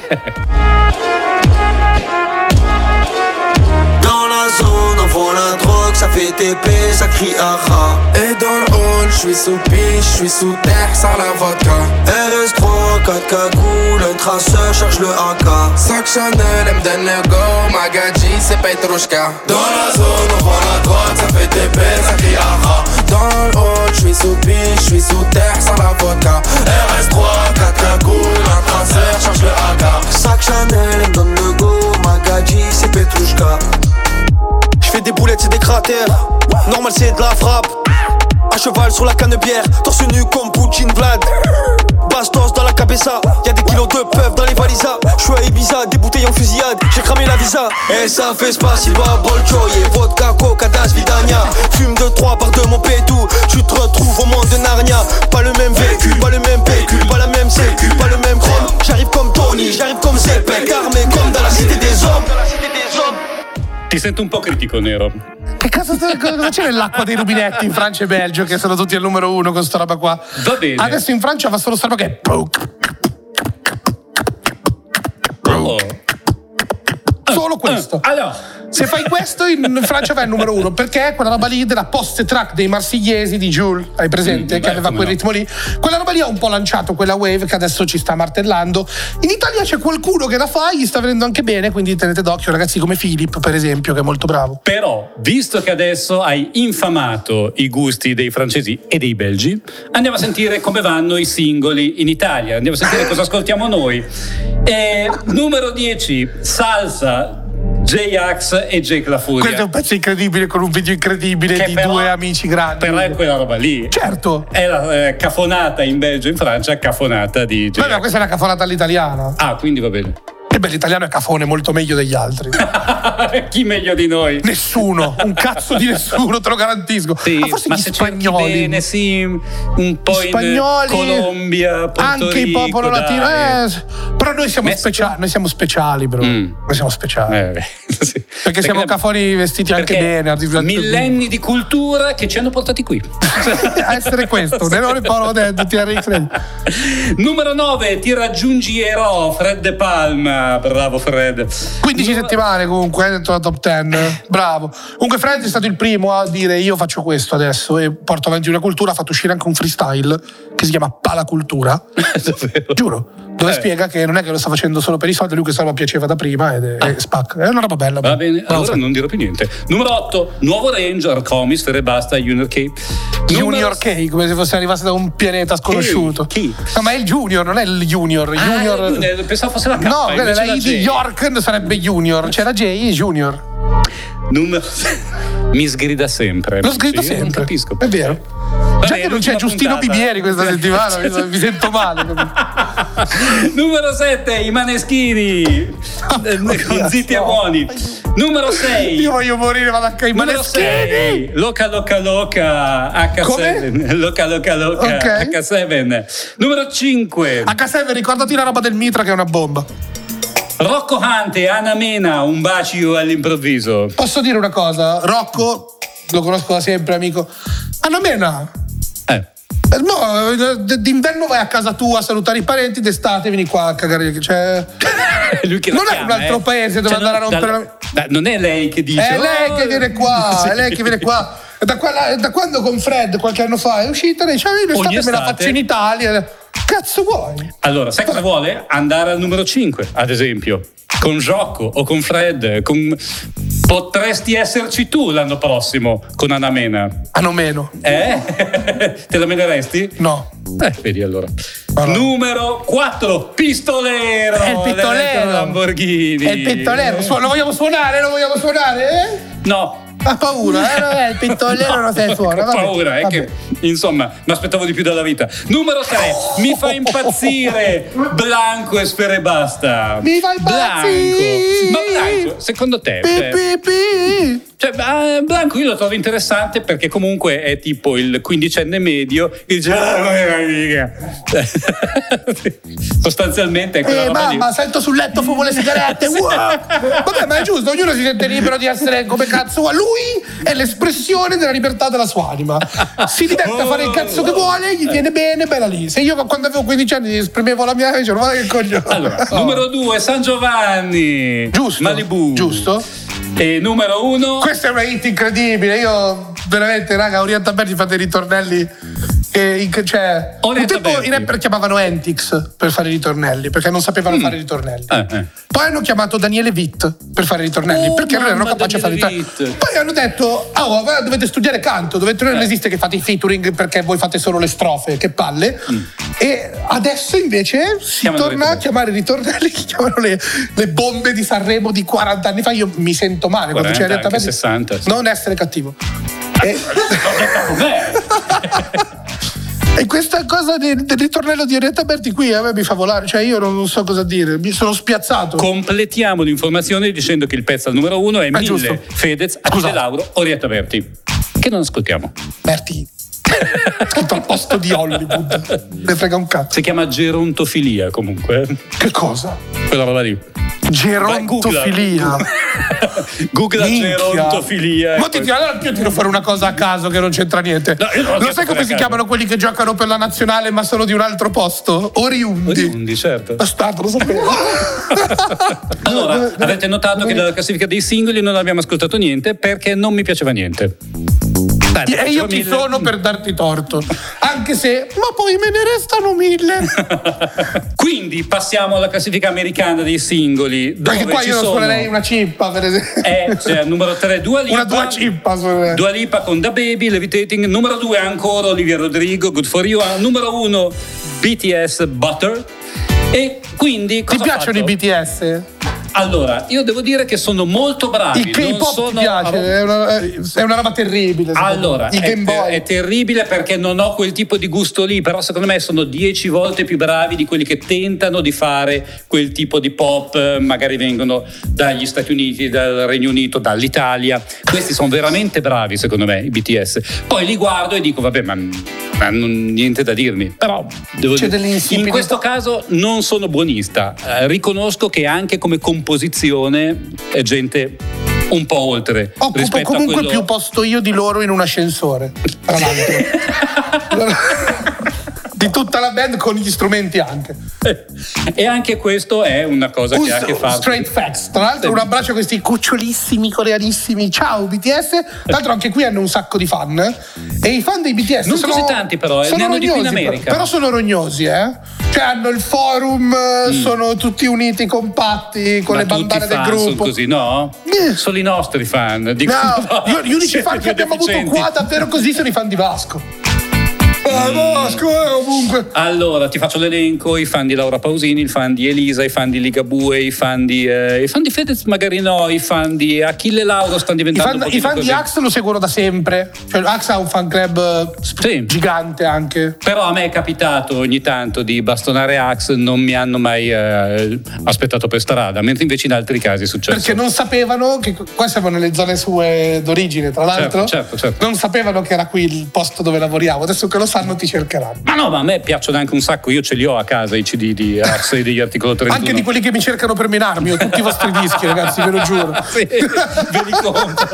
Speaker 9: Dans la zone, on vend la drogue, ça fait T P, ça crie aha. Et dans le hall, j'suis sous piche, j'suis sous terre, sans la vodka. R S trois, quatre cagoules, un traceur, cherche le A K. Sac Chanel, elle me donne le go, Magadji, c'est Petrushka. Dans la zone, on vend la drogue, ça fait T P, ça crie aha. Dans le hall, j'suis sous piche, j'suis sous terre, sans la vodka. R S trois, quatre cagoules, un traceur, cherche le A K. Sac Chanel, elle me donne le go, Magadji, c'est Petrushka. J'fais des boulettes, c'est des cratères. Normal, c'est de la frappe. À cheval sur la canne-bière, torse nu comme Poutine Vlad. Bastos dans la cabeza, y'a des kilos de peuf dans les valisas. J'suis à Ibiza, des bouteilles en fusillade, j'ai cramé la visa. Et ça fait Spasiba, Bolchoye, vodka, coca, das, vidania. Fume de trois par deux mon pétou, tu te retrouves au monde de Narnia. Pas le même vécu, pas le même pécule, pas la même sécu, pas le même crème. J'arrive comme Tony, j'arrive comme Zepek, armé comme dans la cité des hommes.
Speaker 2: Ti sento un po' critico, Nero.
Speaker 1: Che cazzo, cosa c'è nell'acqua dei rubinetti in Francia e Belgio, che sono tutti al numero uno con sta roba qua?
Speaker 2: Va bene.
Speaker 1: Adesso in Francia fa solo sta roba che è
Speaker 2: oh.
Speaker 1: Solo questo.
Speaker 2: Allora,
Speaker 1: se fai questo in Francia vai al numero uno, perché è quella roba lì della post track dei marsigliesi di Jules, hai presente? Mm, che beh, aveva quel ritmo lì. Quella roba lì ha un po' lanciato quella wave che adesso ci sta martellando. In Italia c'è qualcuno che la fa, gli sta venendo anche bene, quindi tenete d'occhio ragazzi, come Philip per esempio, che è molto bravo.
Speaker 2: Però, visto che adesso hai infamato i gusti dei francesi e dei belgi, andiamo a sentire come vanno i singoli in Italia, andiamo a sentire cosa ascoltiamo noi. E, numero dieci, Salsa. J-Ax e Jake La Furia.
Speaker 1: Questo è un pezzo incredibile con un video incredibile
Speaker 2: che
Speaker 1: di
Speaker 2: però,
Speaker 1: due amici grandi.
Speaker 2: Però è quella roba lì.
Speaker 1: Certo.
Speaker 2: È la eh, cafonata in Belgio e in Francia, cafonata di J-Ax.
Speaker 1: Vabbè, questa è una cafonata all'italiana.
Speaker 2: Ah, quindi va bene.
Speaker 1: E beh, l'italiano è cafone molto meglio degli altri.
Speaker 2: Chi meglio di noi?
Speaker 1: Nessuno, un cazzo di nessuno, te lo garantisco.
Speaker 2: Sì,
Speaker 1: ma forse
Speaker 2: ma
Speaker 1: gli
Speaker 2: se
Speaker 1: spagnoli.
Speaker 2: Bene, sì, un po'
Speaker 1: spagnoli,
Speaker 2: in Colombia, Porto
Speaker 1: anche
Speaker 2: Rico,
Speaker 1: il popolo
Speaker 2: dai.
Speaker 1: latino. Eh, però noi siamo speciali, noi siamo speciali, bro.
Speaker 2: Mm.
Speaker 1: Noi siamo speciali.
Speaker 2: Eh, sì.
Speaker 1: Perché,
Speaker 2: Perché
Speaker 1: siamo cafoni vestiti anche bene.
Speaker 2: Millenni di cultura che ci hanno portati qui.
Speaker 1: A essere questo, non Paolo detto, ti arrivi.
Speaker 2: Numero nove, ti raggiungierò, Fred De Palma. Bravo Fred.
Speaker 1: quindici Numero... settimane comunque dentro la top dieci. Bravo. Comunque Fred è stato il primo a dire io faccio questo adesso e porto avanti una cultura. Ha fatto uscire anche un freestyle che si chiama Palacultura. Giuro. Dove eh. spiega che non è che lo sta facendo solo per i soldi, lui questa roba piaceva da prima ed è, ah. è spacca. È una roba bella.
Speaker 2: Va bene, allora Fred. Non dirò più niente. Numero otto, nuovo range, Arcomi, Sfere Basta, Junior K.
Speaker 1: Junior K, come se fosse arrivato da un pianeta sconosciuto.
Speaker 2: Chi?
Speaker 1: No, ma è il Junior, non è il Junior.
Speaker 2: Ah,
Speaker 1: junior...
Speaker 2: Eh, pensavo fosse la K.
Speaker 1: No, quella è la I di York, sarebbe Junior. C'è la J e Junior.
Speaker 2: Numero mi sgrida sempre.
Speaker 1: Lo sgrida
Speaker 2: sì,
Speaker 1: sempre.
Speaker 2: Non capisco.
Speaker 1: È vero. Già che non c'è Giustino puntata. Bibieri questa settimana, mi, mi sento male.
Speaker 2: Numero sette, i Maneschini. Oh, con zitti no. e buoni. Numero sei.
Speaker 1: Io voglio morire, vado a i Maneschini.
Speaker 2: Loca Loca Loca acca sette. Loca Loca Loca okay. acca sette. Numero cinque.
Speaker 1: acca sette, ricordati la roba del Mitra che è una bomba.
Speaker 2: Rocco Hunt e Anna Mena, un bacio all'improvviso.
Speaker 1: Posso dire una cosa? Rocco, lo conosco da sempre, amico. Anna Mena.
Speaker 2: Eh.
Speaker 1: No, d'inverno vai a casa tua a salutare i parenti, d'estate vieni qua a cagare. Cioè,
Speaker 2: lui che
Speaker 1: non
Speaker 2: chiama,
Speaker 1: è un altro
Speaker 2: eh.
Speaker 1: paese dove
Speaker 2: cioè,
Speaker 1: andare
Speaker 2: non,
Speaker 1: a rompere
Speaker 2: da, da, non è lei che dice.
Speaker 1: È lei
Speaker 2: oh,
Speaker 1: che viene qua,
Speaker 2: sì.
Speaker 1: è lei che viene qua. Da, quella, da quando con Fred qualche anno fa è uscita, lei dice: io l'estate me la faccio in Italia. Cazzo vuoi?
Speaker 2: Allora, sai cosa vuole? Andare al numero cinque, ad esempio. Con Giocco o con Fred, con... potresti esserci tu l'anno prossimo con Anna Mena.
Speaker 1: Anno meno.
Speaker 2: Eh? Te la meneresti?
Speaker 1: No.
Speaker 2: Eh, vedi allora. allora. Numero quattro, Pistolero.
Speaker 1: È il Pistolero.
Speaker 2: Lamborghini.
Speaker 1: È il Pistolero. Su- lo vogliamo suonare? Lo vogliamo suonare? Eh?
Speaker 2: No.
Speaker 1: Ha paura, eh? Non è il Pistolero, no, non sei suona.
Speaker 2: Ho paura, è che insomma mi aspettavo di più dalla vita. Numero tre, mi fa impazzire Blanco e Sfere Basta.
Speaker 1: Mi fa impazzire.
Speaker 2: Blanco. Ma Blanco, secondo te?
Speaker 1: Pi, pi, pi.
Speaker 2: Cioè, Blanco io lo trovo interessante perché comunque è tipo il quindicenne medio che dice sostanzialmente è quella
Speaker 1: eh,
Speaker 2: roba
Speaker 1: mamma,
Speaker 2: lì.
Speaker 1: sento sul letto, fumo le sigarette. Wow. Vabbè, ma è giusto, ognuno si sente libero di essere come cazzo vuole. Lui è l'espressione della libertà della sua anima. Si diverte a fare il cazzo che vuole, gli viene bene, bella lì. Se io quando avevo quindici anni esprimevo la mia, dicevo, guarda che coglione.
Speaker 2: Allora, oh. Numero due, San Giovanni.
Speaker 1: Giusto.
Speaker 2: Malibu.
Speaker 1: Giusto.
Speaker 2: E numero uno.
Speaker 1: Questa è una hit incredibile. Io veramente, raga, Orienta Berti fa dei ritornelli. Che, cioè, un tempo i rapper chiamavano Antix per fare i ritornelli perché non sapevano mm. fare i ritornelli.
Speaker 2: Eh, eh.
Speaker 1: Poi hanno chiamato Daniele Witt per fare i ritornelli oh, perché non erano capaci a fare i ritornelli. Poi hanno detto: oh, dovete studiare canto, dovete, non eh. esiste che fate i featuring perché voi fate solo le strofe, che palle. Mm. E adesso invece si chiamano torna a chiamare i ritornelli che chiamano le, le bombe di Sanremo di quaranta anni fa. Io mi sento male quando c'è Orienta Berti.
Speaker 2: sessanta, sì.
Speaker 1: Non essere cattivo. E... E questa cosa del, del ritornello di Orienta Berti qui a me mi fa volare, cioè io non so cosa dire, mi sono spiazzato.
Speaker 2: Completiamo l'informazione dicendo che il pezzo al numero uno è, è Mille, giusto. Fedez, Achille Lauro, Orienta Berti. Che non ascoltiamo.
Speaker 1: Berti. Scritto al posto di Hollywood. Ne frega un cazzo.
Speaker 2: Si chiama gerontofilia comunque.
Speaker 1: Che cosa?
Speaker 2: Quella roba lì.
Speaker 1: Gerontofilia.
Speaker 2: Googla gerontofilia.
Speaker 1: Ma ti tiro, allora io tiro fuori una cosa a caso che non c'entra niente. No, non Lo sai come si chiamano quelli che giocano per la nazionale ma sono di un altro posto? Oriundi.
Speaker 2: Oriundi, certo.
Speaker 1: Bastardo, lo sapevo.
Speaker 2: Allora, avete notato che dalla classifica dei singoli non abbiamo ascoltato niente perché non mi piaceva niente. Dai,
Speaker 1: e io chi sono per darti torto, anche se ma poi me ne restano mille.
Speaker 2: Quindi passiamo alla classifica americana dei singoli dove
Speaker 1: perché qua
Speaker 2: ci
Speaker 1: io non
Speaker 2: sono...
Speaker 1: suonerei una cippa per esempio
Speaker 2: è cioè, numero tre Dua Lipa,
Speaker 1: una Dua Cippa suonerei.
Speaker 2: Dua Lipa con Da Baby, Levitating. Numero due ancora Olivia Rodrigo, Good For You. Numero uno B T S, Butter. E quindi cosa
Speaker 1: ti piacciono
Speaker 2: fatto?
Speaker 1: i B T S?
Speaker 2: Allora, io devo dire che sono molto bravi.
Speaker 1: Il K-pop
Speaker 2: sono...
Speaker 1: ti piace, è una, è una roba terribile.
Speaker 2: Allora,
Speaker 1: I
Speaker 2: è,
Speaker 1: Game Boy.
Speaker 2: è terribile perché non ho quel tipo di gusto lì, però secondo me sono dieci volte più bravi di quelli che tentano di fare quel tipo di pop, magari vengono dagli Stati Uniti, dal Regno Unito, dall'Italia. Questi sono veramente bravi secondo me, i B T S. Poi li guardo e dico vabbè, ma, ma non, niente da dirmi. Però devo
Speaker 1: C'è
Speaker 2: dire, in questo caso non sono buonista, eh, riconosco che anche come composizione è gente un po' oltre.
Speaker 1: Occupo
Speaker 2: rispetto
Speaker 1: comunque
Speaker 2: a quello...
Speaker 1: più posto io di loro in un ascensore, tra l'altro. Di tutta la band con gli strumenti anche.
Speaker 2: E anche questo è una cosa
Speaker 1: un
Speaker 2: che ha a che fare.
Speaker 1: Straight facts. Tra l'altro un abbraccio a questi cucciolissimi coreanissimi. Ciao B T S. Tra l'altro anche qui hanno un sacco di fan. E i fan dei B T S
Speaker 2: non
Speaker 1: sono,
Speaker 2: così tanti però,
Speaker 1: sono
Speaker 2: ne hanno
Speaker 1: rognosi,
Speaker 2: di più in America.
Speaker 1: Però sono rognosi, eh. Cioè hanno il forum, mm. sono tutti uniti, compatti, con
Speaker 2: Ma
Speaker 1: le bandane del
Speaker 2: fan
Speaker 1: gruppo.
Speaker 2: Sono così, no?
Speaker 1: Eh.
Speaker 2: Sono i nostri fan. Dico,
Speaker 1: no,
Speaker 2: no,
Speaker 1: io, gli unici fan che abbiamo
Speaker 2: deficienti.
Speaker 1: avuto qua davvero così sono i fan di Vasco. Vasco è ovunque.
Speaker 2: Allora ti faccio l'elenco: i fan di Laura Pausini, i fan di Elisa, i fan di Ligabue, i fan di eh, i fan di Fedez magari no, i fan di Achille Lauro stanno diventando
Speaker 1: i fan,
Speaker 2: un
Speaker 1: i fan
Speaker 2: così.
Speaker 1: di Axe lo seguono da sempre, cioè Axe ha un fan club sì. gigante anche.
Speaker 2: Però a me è capitato ogni tanto di bastonare Axe, non mi hanno mai eh, aspettato per strada, mentre invece in altri casi è successo
Speaker 1: perché non sapevano che qua siamo nelle zone sue d'origine, tra l'altro.
Speaker 2: certo, certo, certo.
Speaker 1: Non sapevano che era qui il posto dove lavoriamo, adesso che lo sanno ti cercheranno.
Speaker 2: Ma no, ma a me piacciono anche un sacco, io ce li ho a casa i C D di Axe e degli Articolo trentuno.
Speaker 1: Anche di quelli che mi cercano per menarmi, ho tutti i vostri dischi ragazzi, ve lo giuro.
Speaker 2: Sì, ve li compro.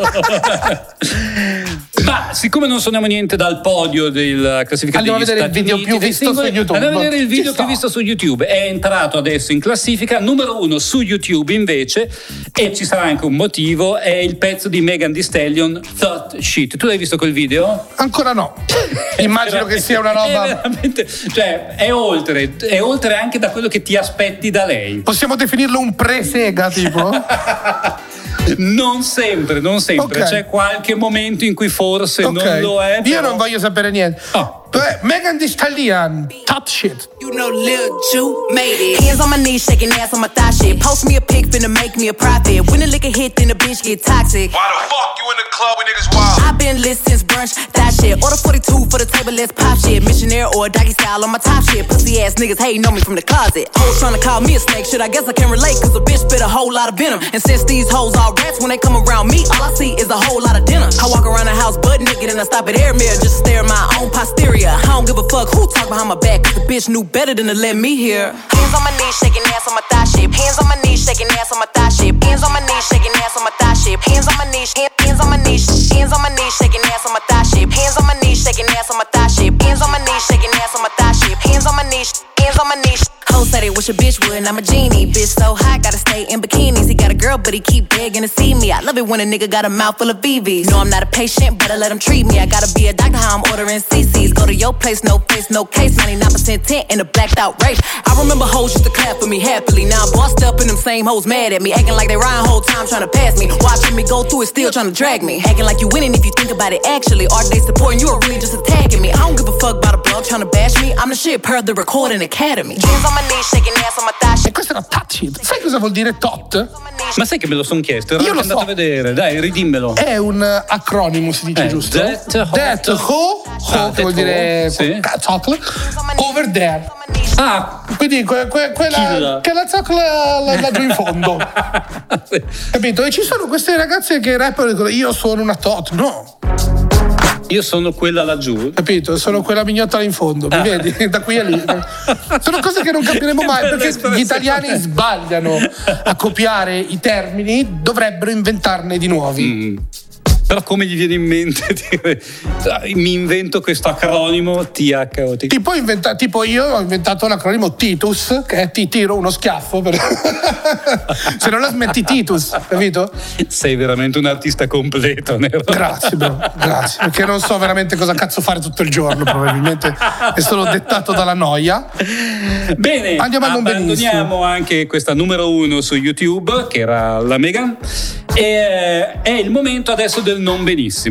Speaker 2: Ma siccome non suoniamo niente dal podio della classifica
Speaker 1: andiamo
Speaker 2: degli
Speaker 1: a vedere
Speaker 2: Stati
Speaker 1: il video
Speaker 2: Uniti,
Speaker 1: più visto
Speaker 2: singoli,
Speaker 1: su YouTube.
Speaker 2: Andiamo a vedere il video
Speaker 1: Ci
Speaker 2: più
Speaker 1: sta.
Speaker 2: visto su YouTube. È entrato adesso in classifica numero uno su YouTube invece, e ci sarà anche un motivo, è il pezzo di Megan Thee Stallion, Thought Shit. Tu l'hai visto quel video?
Speaker 1: Ancora no. Immagino che sia una roba
Speaker 2: è veramente, cioè è oltre, è oltre anche da quello che ti aspetti da lei.
Speaker 1: Possiamo definirlo un pre-sega tipo?
Speaker 2: Non sempre, non sempre.
Speaker 1: Okay.
Speaker 2: C'è qualche momento in cui forse
Speaker 1: okay.
Speaker 2: non lo è.
Speaker 1: Io
Speaker 2: però...
Speaker 1: non voglio sapere niente.
Speaker 2: Oh.
Speaker 1: Megan Thee Stallion, top shit.
Speaker 13: You know Lil Ju made it. Hands on my knees, shaking ass on my thigh shit. Post me a pic, finna make me a profit. When the liquor hit, then the bitch get toxic.
Speaker 14: Why the fuck you in the club with niggas wild?
Speaker 13: I've been lit since brunch, that shit. Order forty-two for the table, let's pop shit. Missionary or doggy style on my top shit. Pussy ass niggas hating on me from the closet. Hoes tryna call me a snake, shit, I guess I can relate. Cause a bitch spit a whole lot of venom. And since these hoes all rats, when they come around me, all I see is a whole lot of dinner. I walk around the house butt naked and I stop at air mirror just to stare at my own posterior. I don't give a fuck who talk behind my back, cause the bitch knew better than to let me hear.
Speaker 15: Hands on my knees, shaking ass on my thigh shape. Hands on my knees, shaking ass on my thigh shape. Hands on my knees, shaking ass on my thigh shape. Hands on my knees, hands on my knees, hands on my knees, shaking ass on my thigh shape. Hands on my knees, shaking ass on my thigh shape. Hands on my knees, shaking ass on my thigh shape. Hands on my knees, hands on my knees.
Speaker 13: Hoes said they wish a bitch would, and I'm a genie. Bitch so hot, gotta stay in bikinis. He got a girl, but he keep begging to see me. I love it when a nigga got a mouth full of B Vs. No, I'm not a patient, but I let him treat me. I gotta be a doctor, how I'm ordering C Cs. Go to your place, no face, no case. ninety-nine percent tint in a blacked out race. I remember hoes used to clap for me happily. Now I'm bossed up and them same hoes mad at me. Acting like they riding whole time trying to pass me. Watching me go through it, still trying to drag me. Acting like you winning if you think about it actually. Are they supporting you or really just attacking me? I don't give a fuck about a blog trying to bash me. I'm the shit per the Recording Academy.
Speaker 15: Hands on my knees, shaking ass on my thigh shape.
Speaker 1: E questo era touch it. Sai cosa vuol dire tot?
Speaker 2: Ma sai che me lo son chiesto? Ero
Speaker 1: Io lo
Speaker 2: andato
Speaker 1: so.
Speaker 2: a vedere, dai, ridimmelo.
Speaker 1: È un acronimo, si dice,
Speaker 2: Eh,
Speaker 1: giusto?
Speaker 2: that ho-
Speaker 1: That ho, ho
Speaker 2: Ah,
Speaker 1: che vuol
Speaker 2: that
Speaker 1: dire
Speaker 2: ho, sì.
Speaker 1: chocolate, over there.
Speaker 2: Ah,
Speaker 1: Quindi que, que, quella
Speaker 2: Killa.
Speaker 1: che la zoccola la- laggiù in fondo. Capito? E ci sono queste ragazze che rappano e dicono io sono una tot. No.
Speaker 2: io sono quella laggiù.
Speaker 1: Capito? Sono quella mignotta là in fondo, mi
Speaker 2: Ah.
Speaker 1: vedi? Da qui a lì. Sono cose che non capiremo mai
Speaker 2: Bella
Speaker 1: perché
Speaker 2: espressione.
Speaker 1: gli italiani sbagliano a copiare i termini, dovrebbero inventarne di nuovi.
Speaker 2: Mm. Però come gli viene in mente dire, "Dai, mi invento questo acronimo T H O T"?
Speaker 1: Tipo, inventa- tipo io ho inventato l'acronimo Titus, che è ti tiro uno schiaffo per... se non la smetti Titus, capito?
Speaker 2: Sei veramente un artista completo, Nero.
Speaker 1: Grazie bro, grazie, perché non so veramente cosa cazzo fare tutto il giorno, probabilmente è solo dettato dalla noia.
Speaker 2: Bene,
Speaker 1: Andiamo al non benissimo.
Speaker 2: abbandoniamo anche questa numero uno su YouTube, che era la Megan, e è il momento adesso del non benissimo.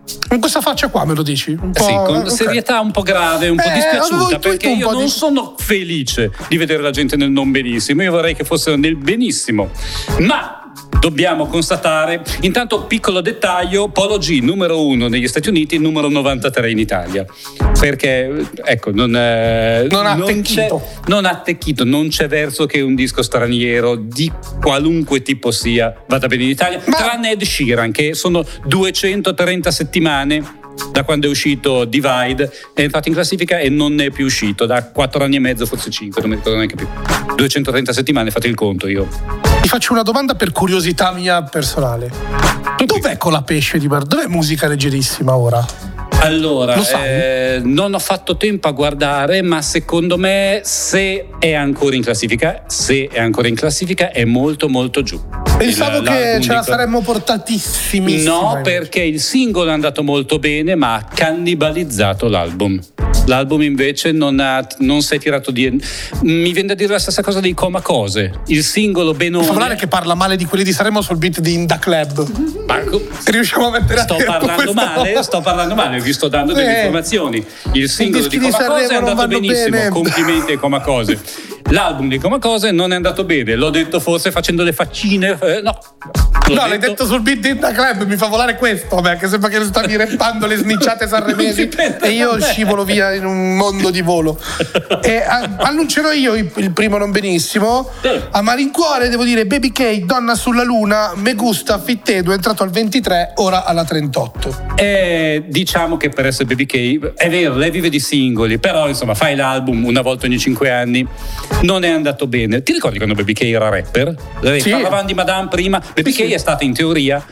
Speaker 1: Con questa faccia qua me lo dici? Un po'...
Speaker 2: Sì, con
Speaker 1: okay.
Speaker 2: serietà un po' grave, un po'
Speaker 1: eh,
Speaker 2: dispiaciuta, perché io non
Speaker 1: di...
Speaker 2: sono felice di vedere la gente nel non benissimo, io vorrei che fossero nel benissimo. Ma dobbiamo constatare, intanto piccolo dettaglio, Polo G numero uno negli Stati Uniti, numero novantatré in Italia, perché ecco non, è,
Speaker 1: non ha
Speaker 2: non
Speaker 1: attecchito
Speaker 2: c'è, non ha attecchito, non c'è verso che un disco straniero di qualunque tipo sia vada bene in Italia, ma... tranne Ed Sheeran, che sono duecentotrenta settimane da quando è uscito Divide, è entrato in classifica e non è più uscito da quattro anni e mezzo, forse cinque, non mi ricordo neanche più. duecentotrenta settimane, fate il conto. Io
Speaker 1: ti faccio una domanda per curiosità mia personale. Dov'è Colapesce di Bar? Dov'è Musica Leggerissima ora?
Speaker 2: Allora, eh, non ho fatto tempo a guardare, ma secondo me se è ancora in classifica, se è ancora in classifica è molto molto giù.
Speaker 1: Pensavo
Speaker 2: il,
Speaker 1: che ce la
Speaker 2: di...
Speaker 1: saremmo portatissimi.
Speaker 2: No, perché il singolo è andato molto bene, ma ha cannibalizzato l'album. L'album invece non, ha, non si è tirato di... Mi viene da dire la stessa cosa dei Coma Cose. Il singolo benone...
Speaker 1: Mi fa male che parla male di quelli di Sanremo sul beat di Inda Club.
Speaker 2: Marco,
Speaker 1: se riusciamo a mettere
Speaker 2: sto
Speaker 1: a
Speaker 2: parlando male,
Speaker 1: cosa.
Speaker 2: sto parlando male, vi sto dando delle
Speaker 1: eh,
Speaker 2: informazioni. Il singolo di Coma Cose è andato benissimo,
Speaker 1: bene.
Speaker 2: Complimenti ai Coma Cose. L'album di Coma Cose non è andato bene, l'ho detto forse facendo le faccine, eh, no.
Speaker 1: No,
Speaker 2: detto...
Speaker 1: l'hai detto sul beat di Inda Club, mi fa volare questo, perché sembra che stavi reppando le snicciate sanremesi e io scivolo via in un mondo di volo. E a, annuncerò io il, il primo non benissimo. A malincuore devo dire Baby K, Donna sulla Luna, Me Gusta, Fittedo, è entrato al ventitré, ora alla trentotto.
Speaker 2: Eh, diciamo che per essere Baby K, è vero, lei vive di singoli, però insomma fai l'album una volta ogni cinque anni, non è andato bene. Ti ricordi quando Baby K era rapper? Sì. Parlavamo di Madame prima. Baby sì, K sì. È stata in teoria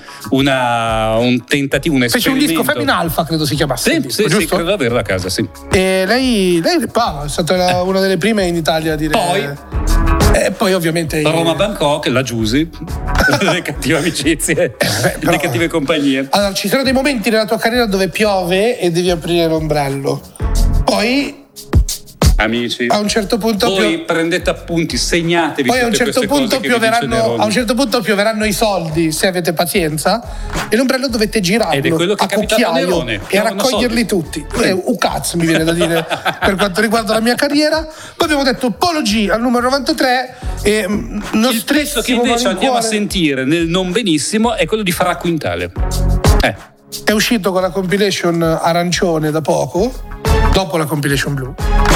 Speaker 2: una, un tentativo, un esperimento.
Speaker 1: Fece un disco Femina Alpha, credo si chiamasse.
Speaker 2: Sì,
Speaker 1: disco,
Speaker 2: sì, sì, credo averlo a casa, sì.
Speaker 1: E lei, lei rappava, è stata la, una delle prime in Italia a dire.
Speaker 2: Poi
Speaker 1: E poi ovviamente
Speaker 2: Roma Bangkok, la Giusy, le cattive amicizie, eh, beh, però... le cattive compagnie.
Speaker 1: Allora, ci sono dei momenti nella tua carriera dove piove e devi aprire l'ombrello. Poi
Speaker 2: amici,
Speaker 1: a un certo punto
Speaker 2: voi
Speaker 1: pio...
Speaker 2: prendete appunti, segnatevi
Speaker 1: poi a un certo punto pioveranno
Speaker 2: a
Speaker 1: un certo punto pioveranno i soldi se avete pazienza e l'ombrello dovete girarlo
Speaker 2: ed è quello che
Speaker 1: a cucchiaio e a raccoglierli tutti. Eh, un cazzo mi viene da dire per quanto riguarda la mia carriera. Poi abbiamo detto Polo G al numero novantatré e
Speaker 2: il testo che invece andiamo a sentire nel non benissimo è quello di Fra Quintale. Eh.
Speaker 1: È uscito con la compilation arancione da poco, dopo la compilation blu.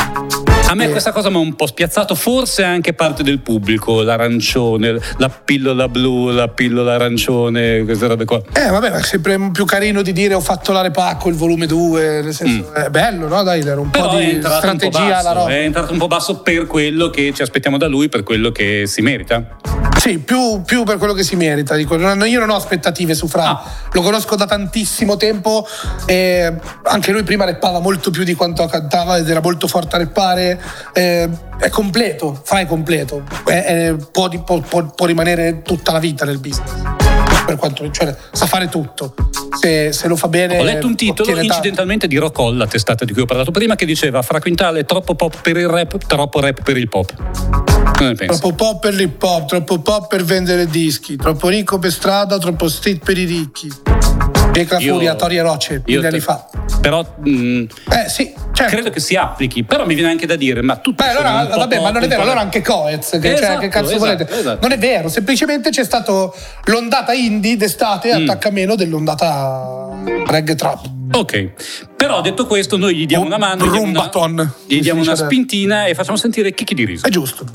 Speaker 2: A me questa cosa mi ha un po' spiazzato, forse anche parte del pubblico, l'arancione, la pillola blu, la pillola arancione, queste robe qua.
Speaker 1: Eh vabbè, ma è sempre più carino di dire ho fatto la Repacco, il volume due, nel senso, mm. è bello, no? Dai, era un
Speaker 2: Però
Speaker 1: po' di strategia alla roba.
Speaker 2: È entrato un po' basso per quello che ci aspettiamo da lui, per quello che si merita.
Speaker 1: Sì, più, più per quello che si merita. Dico, io non ho aspettative su Fra, ah. lo conosco da tantissimo tempo e anche lui prima rappava molto più di quanto cantava ed era molto forte a rappare. Eh, è completo, Fra è completo, è, è, può, può, può, può rimanere tutta la vita nel business. Per quanto, cioè, sa fare tutto. Se, se lo fa bene.
Speaker 2: Ho letto un titolo incidentalmente di Rockall, la testata di cui ho parlato prima, che diceva Fra Quintale troppo pop per il rap, troppo rap per il pop. Come ne pensi?
Speaker 1: Troppo pop per l'hip hop, troppo pop per vendere dischi, troppo ricco per strada, troppo street per i ricchi. Pietra Furia, Tori e Rocce, mille anni fa.
Speaker 2: Però mh,
Speaker 1: eh sì, certo.
Speaker 2: credo che si applichi, però mi viene anche da dire, ma tutto.
Speaker 1: Beh, allora, vabbè, ma non è vero, allora anche Coez, che,
Speaker 2: esatto,
Speaker 1: cioè, che cazzo
Speaker 2: esatto,
Speaker 1: volete?
Speaker 2: Esatto.
Speaker 1: Non è vero, semplicemente c'è stato l'ondata indie d'estate mm. attacca meno dell'ondata reggae trap.
Speaker 2: Ok, però detto questo noi gli diamo una mano, gli diamo una, gli diamo una spintina e facciamo sentire Chicchi di Riso.
Speaker 1: È giusto.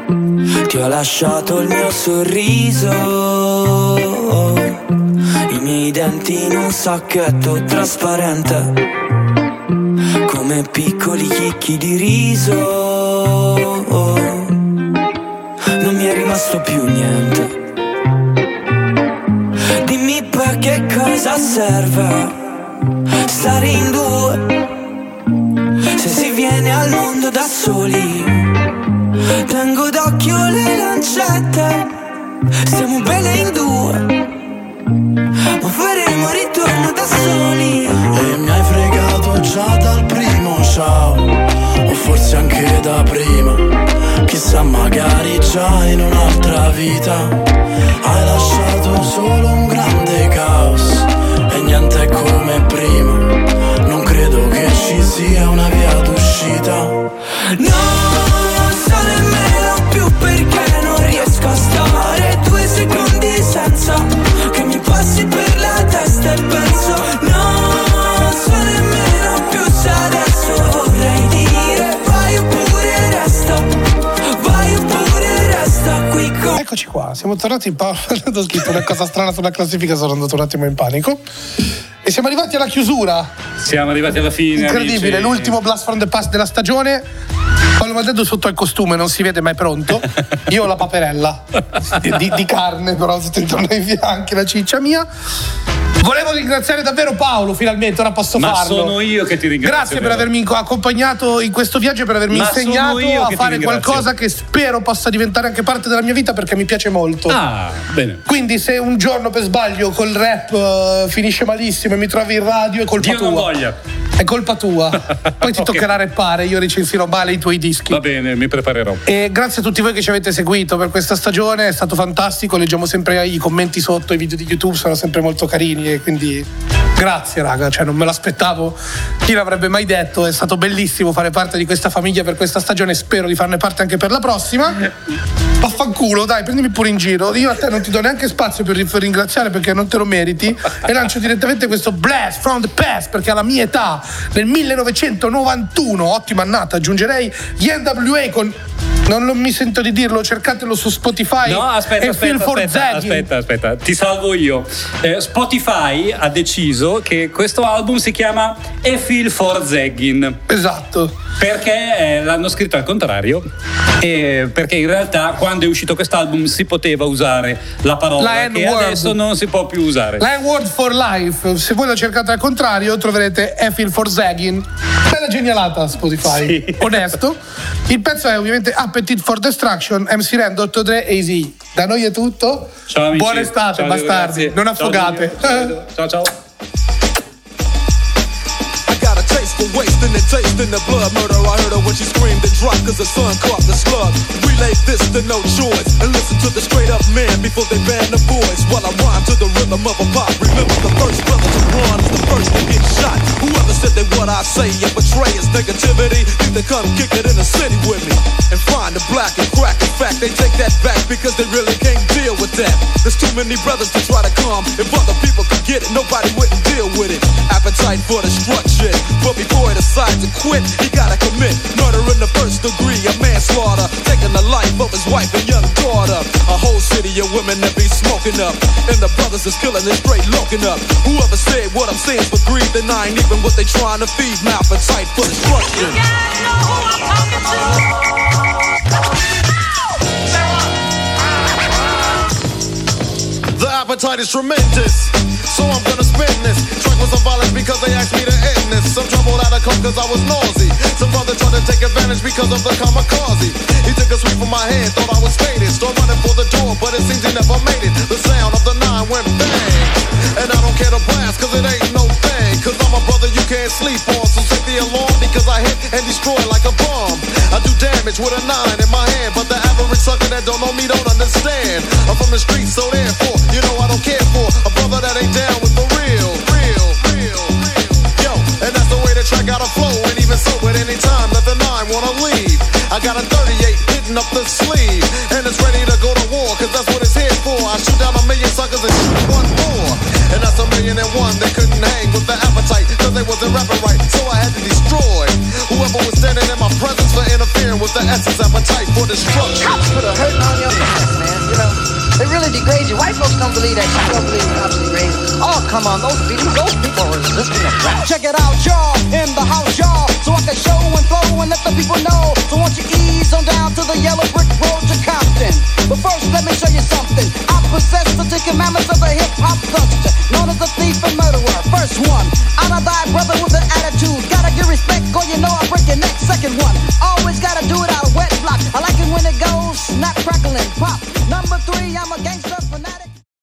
Speaker 12: Ti ho lasciato il mio sorriso, i miei denti in un sacchetto trasparente, come piccoli chicchi di riso. Non mi è rimasto più niente. Dimmi per che cosa serve stare in due se si viene al mondo da soli. Tengo d'occhio le lancette, stiamo bene in due, ma faremo ritorno da soli.
Speaker 16: E mi hai fregato già dal primo ciao, o forse anche da prima, chissà, magari già in un'altra vita. Hai lasciato solo un grande caos e niente è come come prima. Non credo che ci sia una via d'uscita.
Speaker 9: Non so nemmeno più perché non riesco a stare due secondi senza che mi passi per la testa e penso. Non so nemmeno più se adesso vorrei dire vai oppure resta, vai oppure resta qui con.
Speaker 1: Eccoci qua, siamo tornati in pausa. Ho scritto una cosa strana sulla classifica, sono andato un attimo in panico. E siamo arrivati alla chiusura.
Speaker 2: Siamo arrivati alla fine.
Speaker 1: Incredibile,
Speaker 2: amici.
Speaker 1: L'ultimo Blast from the Past della stagione. Paolo Madeddu sotto al costume, non si vede mai pronto. Io ho la paperella di, di, di carne, però sto intorno ai fianchi, la ciccia mia. Volevo ringraziare davvero Paolo, finalmente, ora posso
Speaker 2: Ma
Speaker 1: farlo.
Speaker 2: sono io che ti ringrazio.
Speaker 1: Grazie per avermi accompagnato in questo viaggio e per avermi
Speaker 2: Ma
Speaker 1: insegnato
Speaker 2: sono io
Speaker 1: a
Speaker 2: che
Speaker 1: fare
Speaker 2: ti ringrazio.
Speaker 1: qualcosa che spero possa diventare anche parte della mia vita, perché mi piace molto.
Speaker 2: Ah, bene.
Speaker 1: Quindi se un giorno per sbaglio col rap uh, finisce malissimo e mi trovi in radio, è colpa
Speaker 2: Dio
Speaker 1: tua.
Speaker 2: non voglia.
Speaker 1: È colpa tua. Poi ti
Speaker 2: Ok.
Speaker 1: toccherà rappare, io recensirò male i tuoi dischi.
Speaker 2: Va bene, mi preparerò.
Speaker 1: E grazie a tutti voi che ci avete seguito per questa stagione, è stato fantastico, leggiamo sempre i commenti sotto, i video di YouTube sono sempre molto carini e quindi grazie raga, cioè non me l'aspettavo, chi l'avrebbe mai detto, è stato bellissimo fare parte di questa famiglia per questa stagione, spero di farne parte anche per la prossima. Vaffanculo, dai, prendimi pure in giro, io a te non ti do neanche spazio per ringraziare perché non te lo meriti e lancio direttamente questo Blast from the Past perché alla mia età, nel millenovecentonovantuno, ottima annata, aggiungerei gli N W A con... Non lo- mi sento di dirlo, cercatelo su Spotify.
Speaker 2: No, aspetta,
Speaker 1: e
Speaker 2: aspetta,
Speaker 1: Feel for
Speaker 2: aspetta,
Speaker 1: Zagging.
Speaker 2: aspetta, aspetta, ti salvo io. Eh, Spotify ha deciso che questo album si chiama E Feel for Zagging.
Speaker 1: Esatto.
Speaker 2: Perché eh, l'hanno scritto al contrario. E perché in realtà quando è uscito quest'album si poteva usare la parola
Speaker 1: La
Speaker 2: che
Speaker 1: N-word.
Speaker 2: adesso non si può più usare.
Speaker 1: La N-Word for Life, se voi lo cercate al contrario troverete E Feel for Zagging. Bella genialata Spotify,
Speaker 2: Sì.
Speaker 1: Onesto. Il pezzo è ovviamente Appetite for Destruction, M C Ren, dottor Dre e Eazy. Da noi è tutto.
Speaker 2: Ciao amici.
Speaker 1: Buona estate,
Speaker 2: Ciao,
Speaker 1: bastardi.
Speaker 2: grazie.
Speaker 1: Non
Speaker 2: Ciao,
Speaker 1: affogate.
Speaker 2: Giulio. Ciao ciao.
Speaker 17: I got a taste for wasting and tasting the blood. Murder, I heard her when she screamed and dropped cause her son caught the slug. Relay this to no choice and listen to the straight up man before they ban the boys. While I rhyme to the rhythm of a pop. Remember the first brother to run is the first to get shot. Whoever said that what I say and betray is negativity, need to come kick it in the city with me and find the black and crack. In fact, they take that back because they really can't deal with that. There's too many brothers to try to come. If other people could get it, nobody wouldn't deal with it. Appetite for destruction, but before he decides to quit, he gotta commit murder in the first degree, a manslaughter, taking the life of his wife and young daughter. A whole city of women that be smoking up, and the brothers is killing it straight loking up. Whoever said what I'm saying for greed, then I ain't even what they trying to feed. My appetite for destruction. You guys know who I'm talking to.
Speaker 18: The appetite is tremendous, so I'm gonna spend this. Track with some violence because they asked me to end this. Some trouble out of coke cause I was nauseous. Some brother tried to take advantage because of the kamikaze. He took a sweep from my hand, thought I was faded. Start running for the door, but it seems he never made it. The sound of the nine went bang, and I don't care to blast cause it ain't no thing. Cause I'm a brother you can't sleep on, so set the alarm because I hit and destroy like a bomb. I do damage with a nine in my hand, but the average sucker that don't know me don't understand. I'm from the streets, so therefore, you know I don't care for a brother that ain't down with the real, real, real, real. Yo, and that's the way the track gotta flow. And even so, at any time that the nine wanna leave, I got a thirty-eight hitting up the sleeve, and it's ready to go to war, cause that's what it's here for. I shoot down a million suckers and shoot one more, and that's a million and one. They couldn't hang with the appetite, cause they wasn't rapping right, so I had to destroy whoever was standing in my presence for interfering with the essence appetite for destruction.
Speaker 19: Cops put a hurting on your ass, man, you know. They really degrade you. White folks don't believe that. You don't believe cops degrade. Oh, come on. Those people, those people are resisting the crowd.
Speaker 20: Check it out, y'all, in the house, y'all, so I can show and flow and let the people know. So won't you ease on down to the yellow brick road to Compton. But first, let me show you something. I possess the Ten Commandments of the hip-hop thugs, known as the thief and murderer. First one, honor thy brother with an attitude. Gotta give respect, or you know I break your neck. Second one, always gotta do it out of wet block. I like it when it goes snap, crackle, and pop.